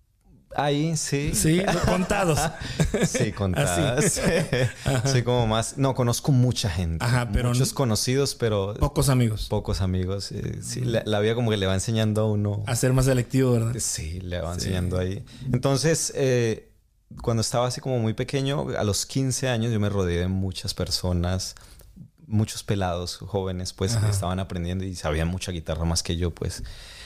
ahí, sí. Sí, contados. Sí, contados. Sí. Soy como más... No, conozco mucha gente. Ajá, pero... Muchos conocidos, pero... Pocos amigos. Pocos amigos. Eh, sí, uh-huh. la, la vida como que le va enseñando a uno... A ser más selectivo, ¿verdad? Sí, le va sí. enseñando ahí. Entonces... Eh, cuando estaba así como muy pequeño, a los quince años yo me rodeé de muchas personas, muchos pelados jóvenes, pues, Ajá. que estaban aprendiendo y sabían mucha guitarra más que yo, pues.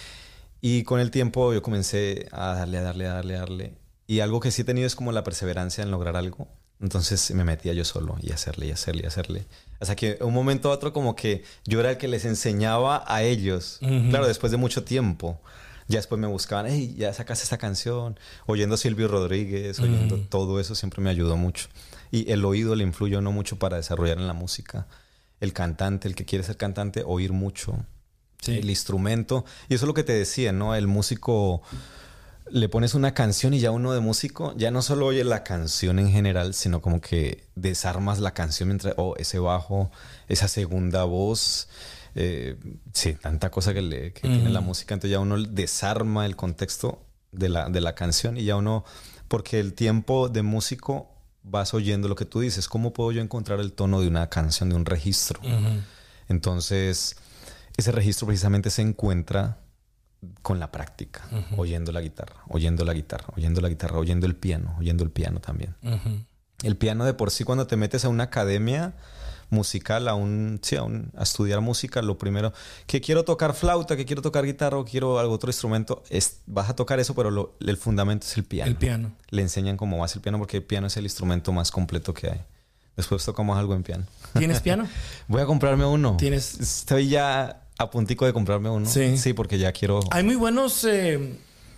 Y con el tiempo yo comencé a darle, a darle, a darle, a darle. Y algo que sí he tenido es como la perseverancia en lograr algo. Entonces me metía yo solo y hacerle, y hacerle, y hacerle. Hasta que un momento a otro como que yo era el que les enseñaba a ellos. Uh-huh. Claro, después de mucho tiempo. Ya después me buscaban, hey, ya sacaste esta canción. Oyendo a Silvio Rodríguez, oyendo mm. todo eso siempre me ayudó mucho. Y el oído le influyó no mucho para desarrollar en la música. El cantante, el que quiere ser cantante, oír mucho. Sí. El instrumento. Y eso es lo que te decía, ¿no? El músico, le pones una canción y ya uno de músico, ya no solo oye la canción en general, sino como que desarmas la canción mientras, oh, ese bajo, esa segunda voz... Eh, sí, tanta cosa que, le, que uh-huh. tiene la música. Entonces ya uno desarma el contexto de la, de la canción y ya uno... Porque el tiempo de músico vas oyendo lo que tú dices. ¿Cómo puedo yo encontrar el tono de una canción, de un registro? Uh-huh. Entonces, ese registro precisamente se encuentra con la práctica. Uh-huh. Oyendo la guitarra, oyendo la guitarra, oyendo la guitarra, oyendo el piano, oyendo el piano también. Uh-huh. El piano de por sí, cuando te metes a una academia... musical, a un, sí, a, un, a estudiar música, lo primero que quiero tocar flauta, que quiero tocar guitarra o quiero algún otro instrumento, es, vas a tocar eso, pero lo, el fundamento es el piano. El piano. Le enseñan cómo va el piano porque el piano es el instrumento más completo que hay. Después tocamos algo en piano. ¿Tienes piano? Voy a comprarme uno. ¿Tienes? Estoy ya a puntico de comprarme uno. Sí. Sí, porque ya quiero... Hay muy buenos... Eh,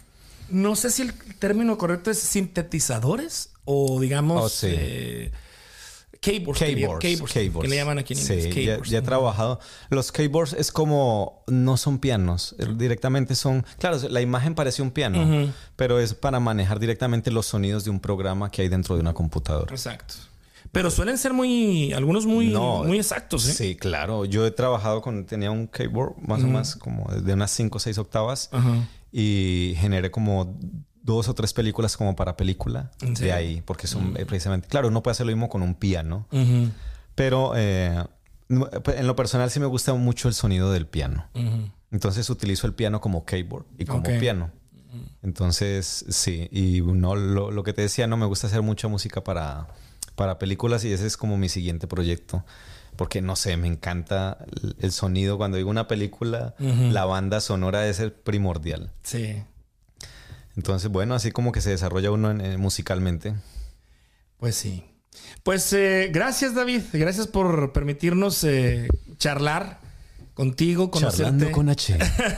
no sé si el término correcto es sintetizadores o digamos... Oh, sí. eh, Keyboards, keyboards, keyboards, keyboards. Que le llaman aquí en inglés. Sí, Keyboards. Ya, ya he trabajado. Los keyboards es como... No son pianos. Directamente son... Claro, la imagen parece un piano. Uh-huh. Pero es para manejar directamente los sonidos de un programa que hay dentro de una computadora. Exacto. Pero suelen ser muy... Algunos muy, no, muy exactos, ¿eh? Sí, claro. Yo he trabajado con... Tenía un keyboard más uh-huh. o más como de unas cinco o seis octavas. Uh-huh. Y generé como... dos o tres películas como para película de ahí, porque son uh-huh. precisamente... Claro, uno puede hacer lo mismo con un piano, uh-huh. pero eh, en lo personal sí me gusta mucho el sonido del piano. Uh-huh. Entonces utilizo el piano como keyboard y como okay. piano. Uh-huh. Entonces, sí. Y no, lo, lo que te decía, no me gusta hacer mucha música para, para películas y ese es como mi siguiente proyecto. Porque, no sé, me encanta el sonido. Cuando digo una película, uh-huh. la banda sonora debe ser primordial. Sí. Entonces, bueno, así como que se desarrolla uno en, en, musicalmente. Pues sí. Pues eh, gracias, David. Gracias por permitirnos eh, charlar contigo, conocerte. Charlando con H.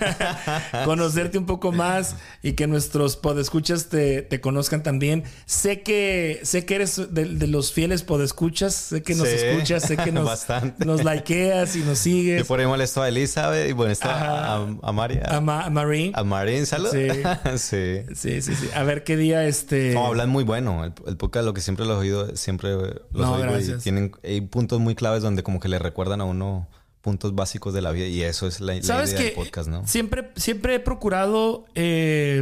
Conocerte un poco más y que nuestros podescuchas te, te conozcan también. Sé que sé que eres de, de los fieles podescuchas. Sé que nos sí, escuchas, sé que nos, nos likeas y nos sigues. Yo por ahí molesto a Elizabeth y bueno, está a, a María. A, Ma, a Marie. A Marie, salud. Sí. sí. Sí, sí, sí. A ver qué día este... No, hablan muy bueno. El, el podcast, lo que siempre los he oído, siempre los no, oigo gracias. Y tienen hay puntos muy claves donde como que le recuerdan a uno... puntos básicos de la vida y eso es la, la idea del podcast, ¿no? Siempre, siempre he procurado eh,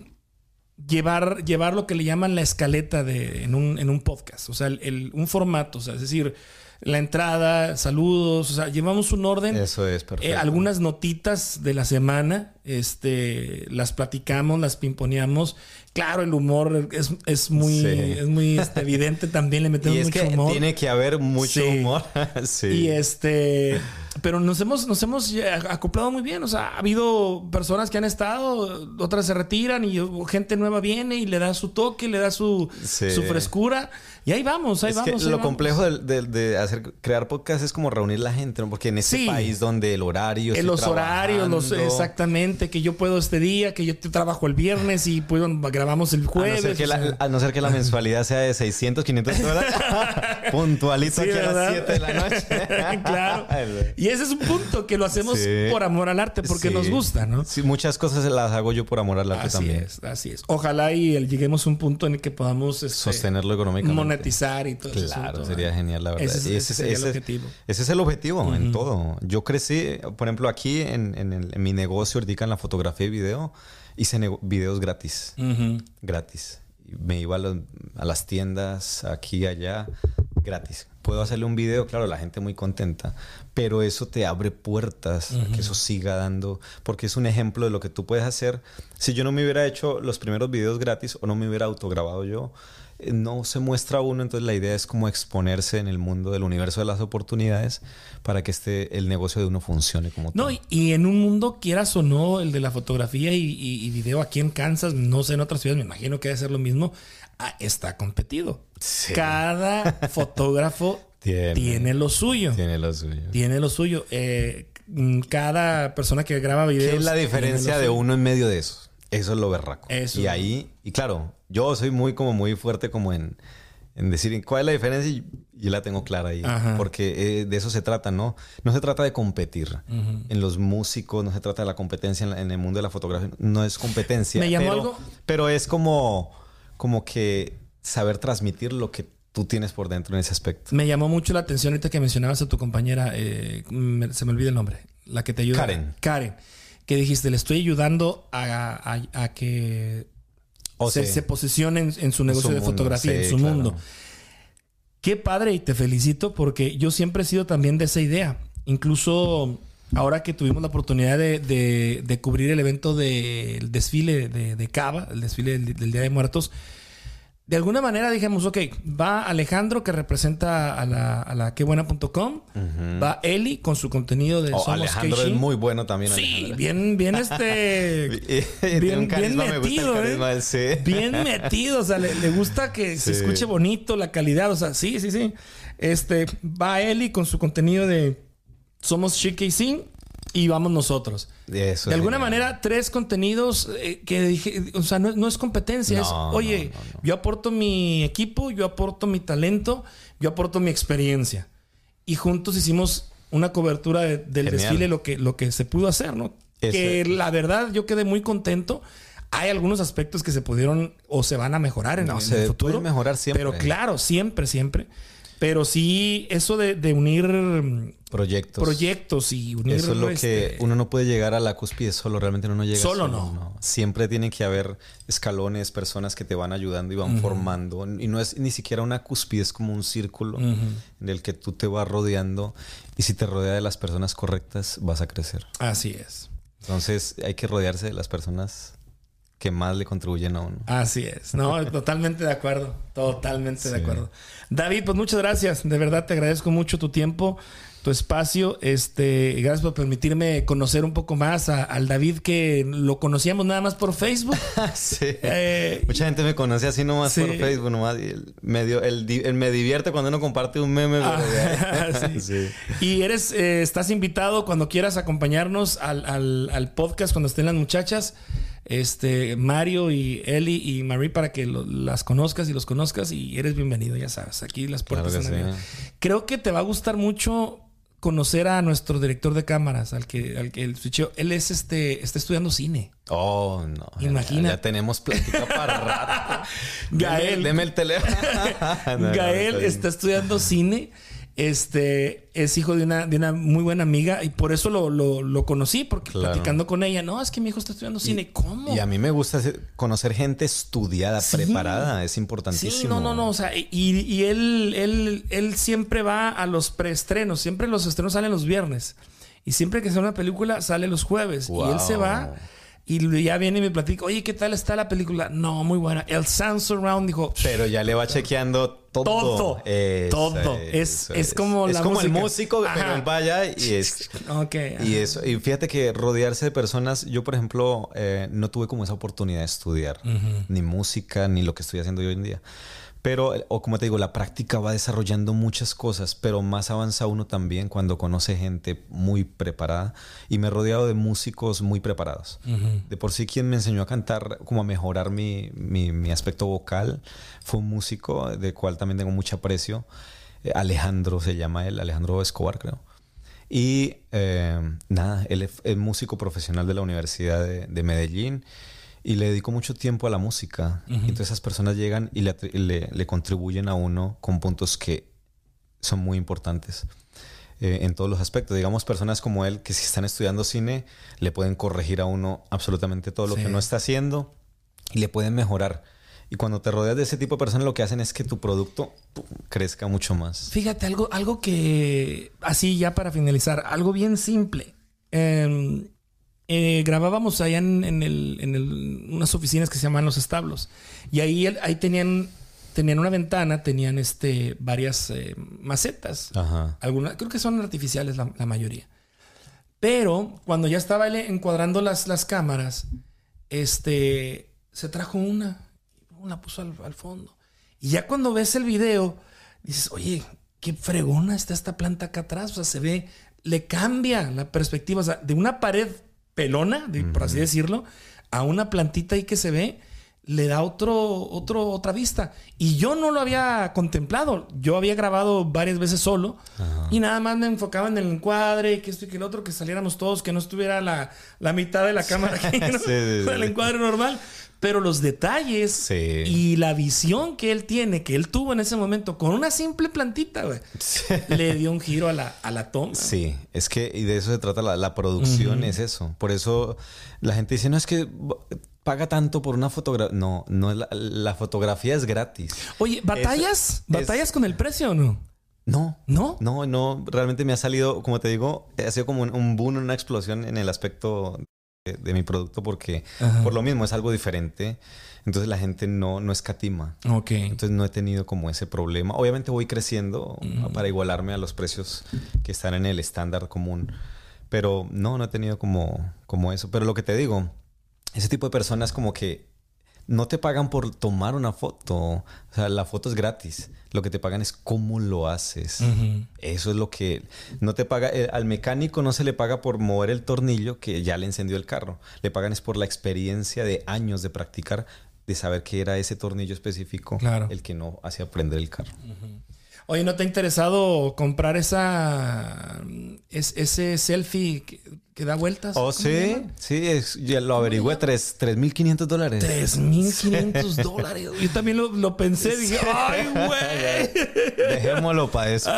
llevar, llevar lo que le llaman la escaleta de, en, un, en un podcast. O sea, el, el, un formato. O sea, es decir, la entrada, saludos. O sea, llevamos un orden. Eso es perfecto. Eh, algunas notitas de la semana este, las platicamos, las pimponeamos. Claro, el humor es, es muy, sí. es muy este, evidente también. Le metemos y es mucho que humor. Tiene que haber mucho sí. humor. sí. Y este... pero nos hemos, nos hemos acoplado muy bien. O sea, ha habido personas que han estado, otras se retiran y gente nueva viene y le da su toque, le da su, sí. su frescura. Y ahí vamos, ahí es vamos. Que ahí lo vamos. complejo de, de, de hacer, crear podcast es como reunir la gente, ¿no? Porque en este Sí. país donde el horario... En los horarios, los, trabajando, exactamente, que yo puedo este día, que yo te trabajo el viernes y puedo, grabamos el A no, jueves. ser que o sea. la, a no ser que la mensualidad sea de seiscientos, quinientos dólares. Puntualito Sí, aquí ¿verdad? a las siete de la noche. Claro. Y ese es un punto que lo hacemos Sí. por amor al arte, porque Sí. nos gusta, ¿no? Sí, muchas cosas las hago yo por amor al arte Así también. es, así es. Ojalá y el- lleguemos a un punto en el que podamos este, Sostenerlo económicamente. monetizar y todo ese Claro, asunto, sería ¿no? genial, la verdad. Ese es- Y ese sería el objetivo. Ese es el objetivo en todo. Yo crecí, por ejemplo, aquí en, en el- en mi negocio, ahorita en la fotografía y video, hice nego- videos gratis. Ujú. Gratis. Me iba a, los- a las tiendas, aquí y allá, gratis. Puedo hacerle un video, claro, la gente muy contenta, pero eso te abre puertas a que eso siga dando, porque es un ejemplo de lo que tú puedes hacer. Si yo no me hubiera hecho los primeros videos gratis o no me hubiera autograbado yo, eh, no se muestra uno. Entonces la idea es como exponerse en el mundo del universo de las oportunidades para que este, el negocio de uno funcione como No, tal. y, y en un mundo, quieras o no, el de la fotografía y, y- y video aquí en Kansas, no sé, en otras ciudades, me imagino que debe ser lo mismo, ah, está competido. Sí. Cada fotógrafo Tiene. tiene lo suyo. Tiene lo suyo. Tiene lo suyo. Eh, mm, cada persona que graba videos. ¿Qué es la tiene diferencia lo de suyo. uno en medio de eso? Eso es lo berraco. Eso. Y ahí, y claro, yo soy muy como muy fuerte como en, en decir cuál es la diferencia y yo la tengo clara ahí. Ajá. Porque eh, de eso se trata, ¿no? No se trata de competir. Ujú. En los músicos, no se trata de la competencia en, la- en el mundo de la fotografía. No es competencia. ¿Me llamó pero, algo? Pero es como, como que saber transmitir lo que tú tienes por dentro en ese aspecto. Me llamó mucho la atención ahorita que mencionabas a tu compañera, eh, me- se me olvida el nombre, la que te ayuda. Karen. Karen. Que dijiste, le estoy ayudando a, a- a que O se, sea, se posicione en, en su negocio su de mundo, fotografía, sí, en su claro. mundo. Qué padre y te felicito porque yo siempre he sido también de esa idea. Incluso ahora que tuvimos la oportunidad de, de- de cubrir el evento del desfile de, de Cava, el desfile del, del Día de Muertos, de alguna manera dijimos, ok, va Alejandro que representa a la, a la quebuena punto com, va Eli con su contenido de Oh, Somos Alejandro Keishin. es muy bueno también. Sí, Alejandro. bien, bien este... Tiene bien, un carisma, bien me gusta metido, el carisma ¿eh? del sí. Bien metido, o sea, le, le gusta que se Sí. escuche bonito, la calidad, o sea, sí, sí, sí. Este, va Eli con su contenido de Somos Chic y Sin y vamos nosotros. Eso De es alguna genial. manera, tres contenidos eh, que dije, o sea, no, no es competencia, No, es, no, oye, no, no. yo aporto mi equipo, yo aporto mi talento, yo aporto mi experiencia. Y juntos hicimos una cobertura de- del Genial. desfile, lo que, lo que se pudo hacer, ¿no? Ese- Que la verdad, yo quedé muy contento. Hay algunos aspectos que se pudieron o se van a mejorar en, No, en se el futuro. puede mejorar siempre. Pero claro, siempre, siempre. Pero sí, eso de, de unir mm, Proyectos. proyectos y unir... Eso es lo este, que uno no puede llegar a la cúspide solo, realmente uno no llega Solo no. Siempre tiene que haber escalones, personas que te van ayudando y van formando. Y no es ni siquiera una cúspide, es como un círculo en el que tú te vas rodeando. Y si te rodea de las personas correctas, vas a crecer. Así es. Entonces hay que rodearse de las personas que más le contribuyen a uno. Así es. No, totalmente de acuerdo. Totalmente de Sí. acuerdo. David, pues muchas gracias. De verdad te agradezco mucho tu tiempo, tu espacio. Este, gracias por permitirme conocer un poco más a- al David que lo conocíamos nada más por Facebook. Sí. Eh, Mucha gente me conoce así nomás sí. por Facebook, nomás. Y el, medio, el, di- el me divierte cuando uno comparte un meme. Ah, pero ya- sí. Sí. Y eres, eh, estás invitado cuando quieras acompañarnos al, al- al podcast cuando estén las muchachas. Este, Mario y Eli y Marie para que lo- las conozcas y los conozcas y eres bienvenido, ya sabes. Aquí las puertas Claro que están sí. abiertas. Creo que te va a gustar mucho conocer a nuestro director de cámaras, al que, al que el switcheo. Él es este, está estudiando cine. Oh, no. Imagina. Ya, ya tenemos plática para rato. Gael. Deme, deme el teléfono. No, no, Gael está bien. está estudiando cine. Este es hijo de una, de una muy buena amiga y por eso lo, lo, lo conocí, porque Claro. platicando con ella, no, es que mi hijo está estudiando cine. ¿Cómo? Y a mí me gusta hacer- conocer gente estudiada, Sí. preparada. Es importantísimo. Sí, no, no, no. O sea, y, y él, él, él siempre va a los preestrenos. Siempre los estrenos salen los viernes. Y siempre que sale una película, sale los jueves. Y él se Wow. va y ya viene y me platica, oye, ¿qué tal está la película? No, muy buena. El Sound Surround dijo, Pero ya le va chequeando todo. Todo. Eso, todo. Eso, es, es como es la como música. el músico, Ajá. pero él vaya y es... Ok. Y eso. Y fíjate que rodearse de personas... Yo, por ejemplo, eh, no tuve como esa oportunidad de estudiar. Uh-huh. Ni música, ni lo que estoy haciendo hoy en día. Pero, o como te digo, la práctica va desarrollando muchas cosas, pero más avanza uno también cuando conoce gente muy preparada. Y me he rodeado de músicos muy preparados. Uh-huh. De por sí, quien me enseñó a cantar, como a mejorar mi, mi, mi aspecto vocal, fue un músico del cual también tengo mucho aprecio. Eh, Alejandro se llama él, Alejandro Escobar, creo. Y eh, nada, él es, es músico profesional de la Universidad de, de Medellín. Y le dedico mucho tiempo a la música. Uh-huh. Y entonces esas personas llegan y le, le, le contribuyen a uno con puntos que son muy importantes eh, en todos los aspectos. Digamos, personas como él que si están estudiando cine le pueden corregir a uno absolutamente todo lo sí. que no está haciendo y le pueden mejorar. Y cuando te rodeas de ese tipo de personas, lo que hacen es que tu producto pum, crezca mucho más. Fíjate, algo, algo que... Así ya para finalizar, algo bien simple. Eh, Eh, grabábamos allá en, en, el, en el, unas oficinas que se llaman Los Establos. Y ahí, ahí tenían, tenían una ventana, tenían este, varias eh, macetas. Ajá. Algunas, creo que son artificiales la, la mayoría. Pero cuando ya estaba él encuadrando las, las cámaras, este, se trajo una, la puso al, al fondo. Y ya cuando ves el video, dices, oye, qué fregona está esta planta acá atrás. O sea, se ve, le cambia la perspectiva. O sea, de una pared pelona, de, uh-huh. por así decirlo, a una plantita ahí que se ve, le da otro, otro, otra vista. Y yo no lo había contemplado. Yo había grabado varias veces solo uh-huh. y nada más me enfocaba en el encuadre, que esto y que el otro, que saliéramos todos, que no estuviera la, la mitad de la cámara aquí, ¿no? sí, sí, sí. El encuadre normal. Pero los detalles sí. y la visión que él tiene, que él tuvo en ese momento, con una simple plantita, güey, sí. le dio un giro a la, a la toma. Sí, es que y de eso se trata la, la producción, uh-huh. es eso. Por eso la gente dice, no, es que paga tanto por una fotografía. No, no, la, la fotografía es gratis. Oye, ¿batallas? Es, ¿Batallas es... con el precio o no? No, no, no, no. Realmente me ha salido, como te digo, ha sido como un, un boom, una explosión en el aspecto de, de mi producto porque Ajá. por lo mismo es algo diferente. Entonces la gente no, no escatima. Ok. Entonces no he tenido como ese problema. Obviamente voy creciendo uh-huh. para igualarme a los precios que están en el estándar común. Pero no, no he tenido como, como eso. Pero lo que te digo, ese tipo de personas como que no te pagan por tomar una foto. O sea, la foto es gratis. Lo que te pagan es cómo lo haces. Uh-huh. Eso es lo que... No te paga... Eh, al mecánico no se le paga por mover el tornillo que ya le encendió el carro. Le pagan es por la experiencia de años de practicar, de saber que era ese tornillo específico claro. el que no hacía prender el carro. Uh-huh. Oye, ¿no te ha interesado comprar esa es, ese selfie que, que da vueltas? Oh, sí, sí, es, ya lo averigüé, tres mil quinientos dólares. tres mil quinientos dólares. Yo también lo, lo pensé, sí. Dije, ¡ay, güey! Dejémoslo para después.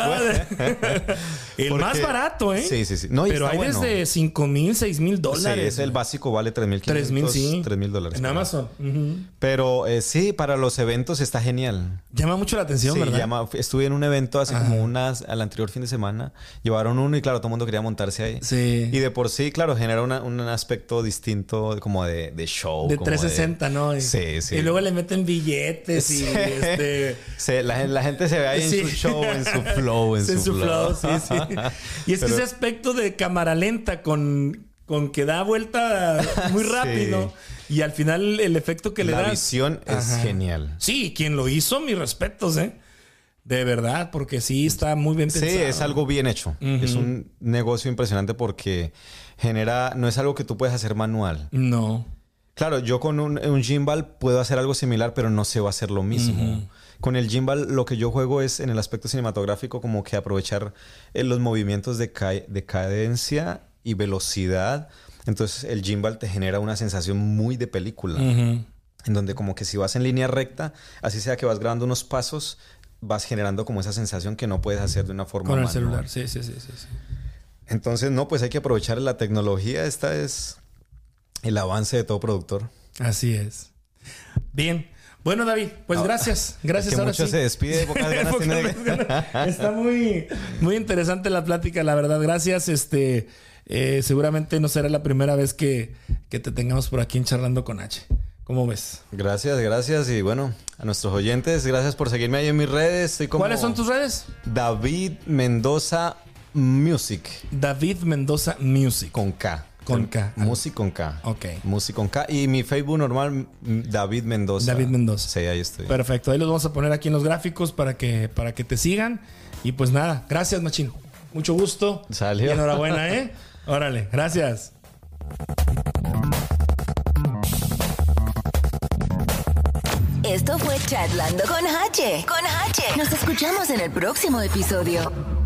El Porque, más barato, ¿eh? Sí, sí, sí. No, pero hay bueno. desde cinco mil, seis mil dólares. Sí, es el básico, vale tres mil quinientos. tres mil, sí. tres mil dólares. En Amazon. Uh-huh. Pero eh, sí, para los eventos está genial. Llama mucho la atención, sí, ¿verdad? Llama, estuve en un evento hace Ajá. como unas, al anterior fin de semana. Llevaron uno y claro, todo el mundo quería montarse ahí. Sí. Y de por sí, claro, genera una, un aspecto distinto como de, de show. De trescientos sesenta, de... ¿no? Y, sí, sí. Y luego le meten billetes y sí. este... Sí, la, la gente se ve ahí sí. en su show, en su flow, en, en su, su flow. flow. Sí, sí. Y es Pero... que ese aspecto de cámara lenta con, con que da vuelta muy rápido... Sí. Y al final el efecto que le da... La visión es Ajá. genial. Sí, quien lo hizo, mis respetos, ¿eh? De verdad, porque sí está muy bien pensado. Sí, es algo bien hecho. Uh-huh. Es un negocio impresionante porque genera... No es algo que tú puedes hacer manual. No. Claro, yo con un, un gimbal puedo hacer algo similar, pero no se va a hacer lo mismo. Uh-huh. Con el gimbal lo que yo juego es en el aspecto cinematográfico como que aprovechar eh, los movimientos de, ca- de cadencia y velocidad. Entonces el gimbal te genera una sensación muy de película. Uh-huh. En donde como que si vas en línea recta, así sea que vas grabando unos pasos, vas generando como esa sensación que no puedes hacer de una forma con el manual. celular. Sí, sí, sí, sí, sí. Entonces, no, pues hay que aprovechar la tecnología. Esta es el avance de todo productor. Así es. Bien. Bueno, David, pues no, gracias. Gracias. Es que ahora mucho sí. se despide. Pocas ganas pocas tiene... ganas. Está muy, muy interesante la plática, la verdad. Gracias. Este... Eh, seguramente no será la primera vez que, que te tengamos por aquí en Charlando con H. ¿Cómo ves? Gracias, gracias. Y bueno, a nuestros oyentes, gracias por seguirme ahí en mis redes. Estoy como ¿Cuáles son tus redes? David Mendoza Music. David Mendoza Music. Con K. Con K. Music con K. Ok. Music con K. Y mi Facebook normal, David Mendoza. David Mendoza. Sí, ahí estoy. Perfecto. Ahí los vamos a poner aquí en los gráficos para que, para que te sigan. Y pues nada, gracias, Machín. Mucho gusto. Salió. Y enhorabuena, ¿eh? Órale, gracias. Esto fue Chatlando con H. Con H. Nos escuchamos en el próximo episodio.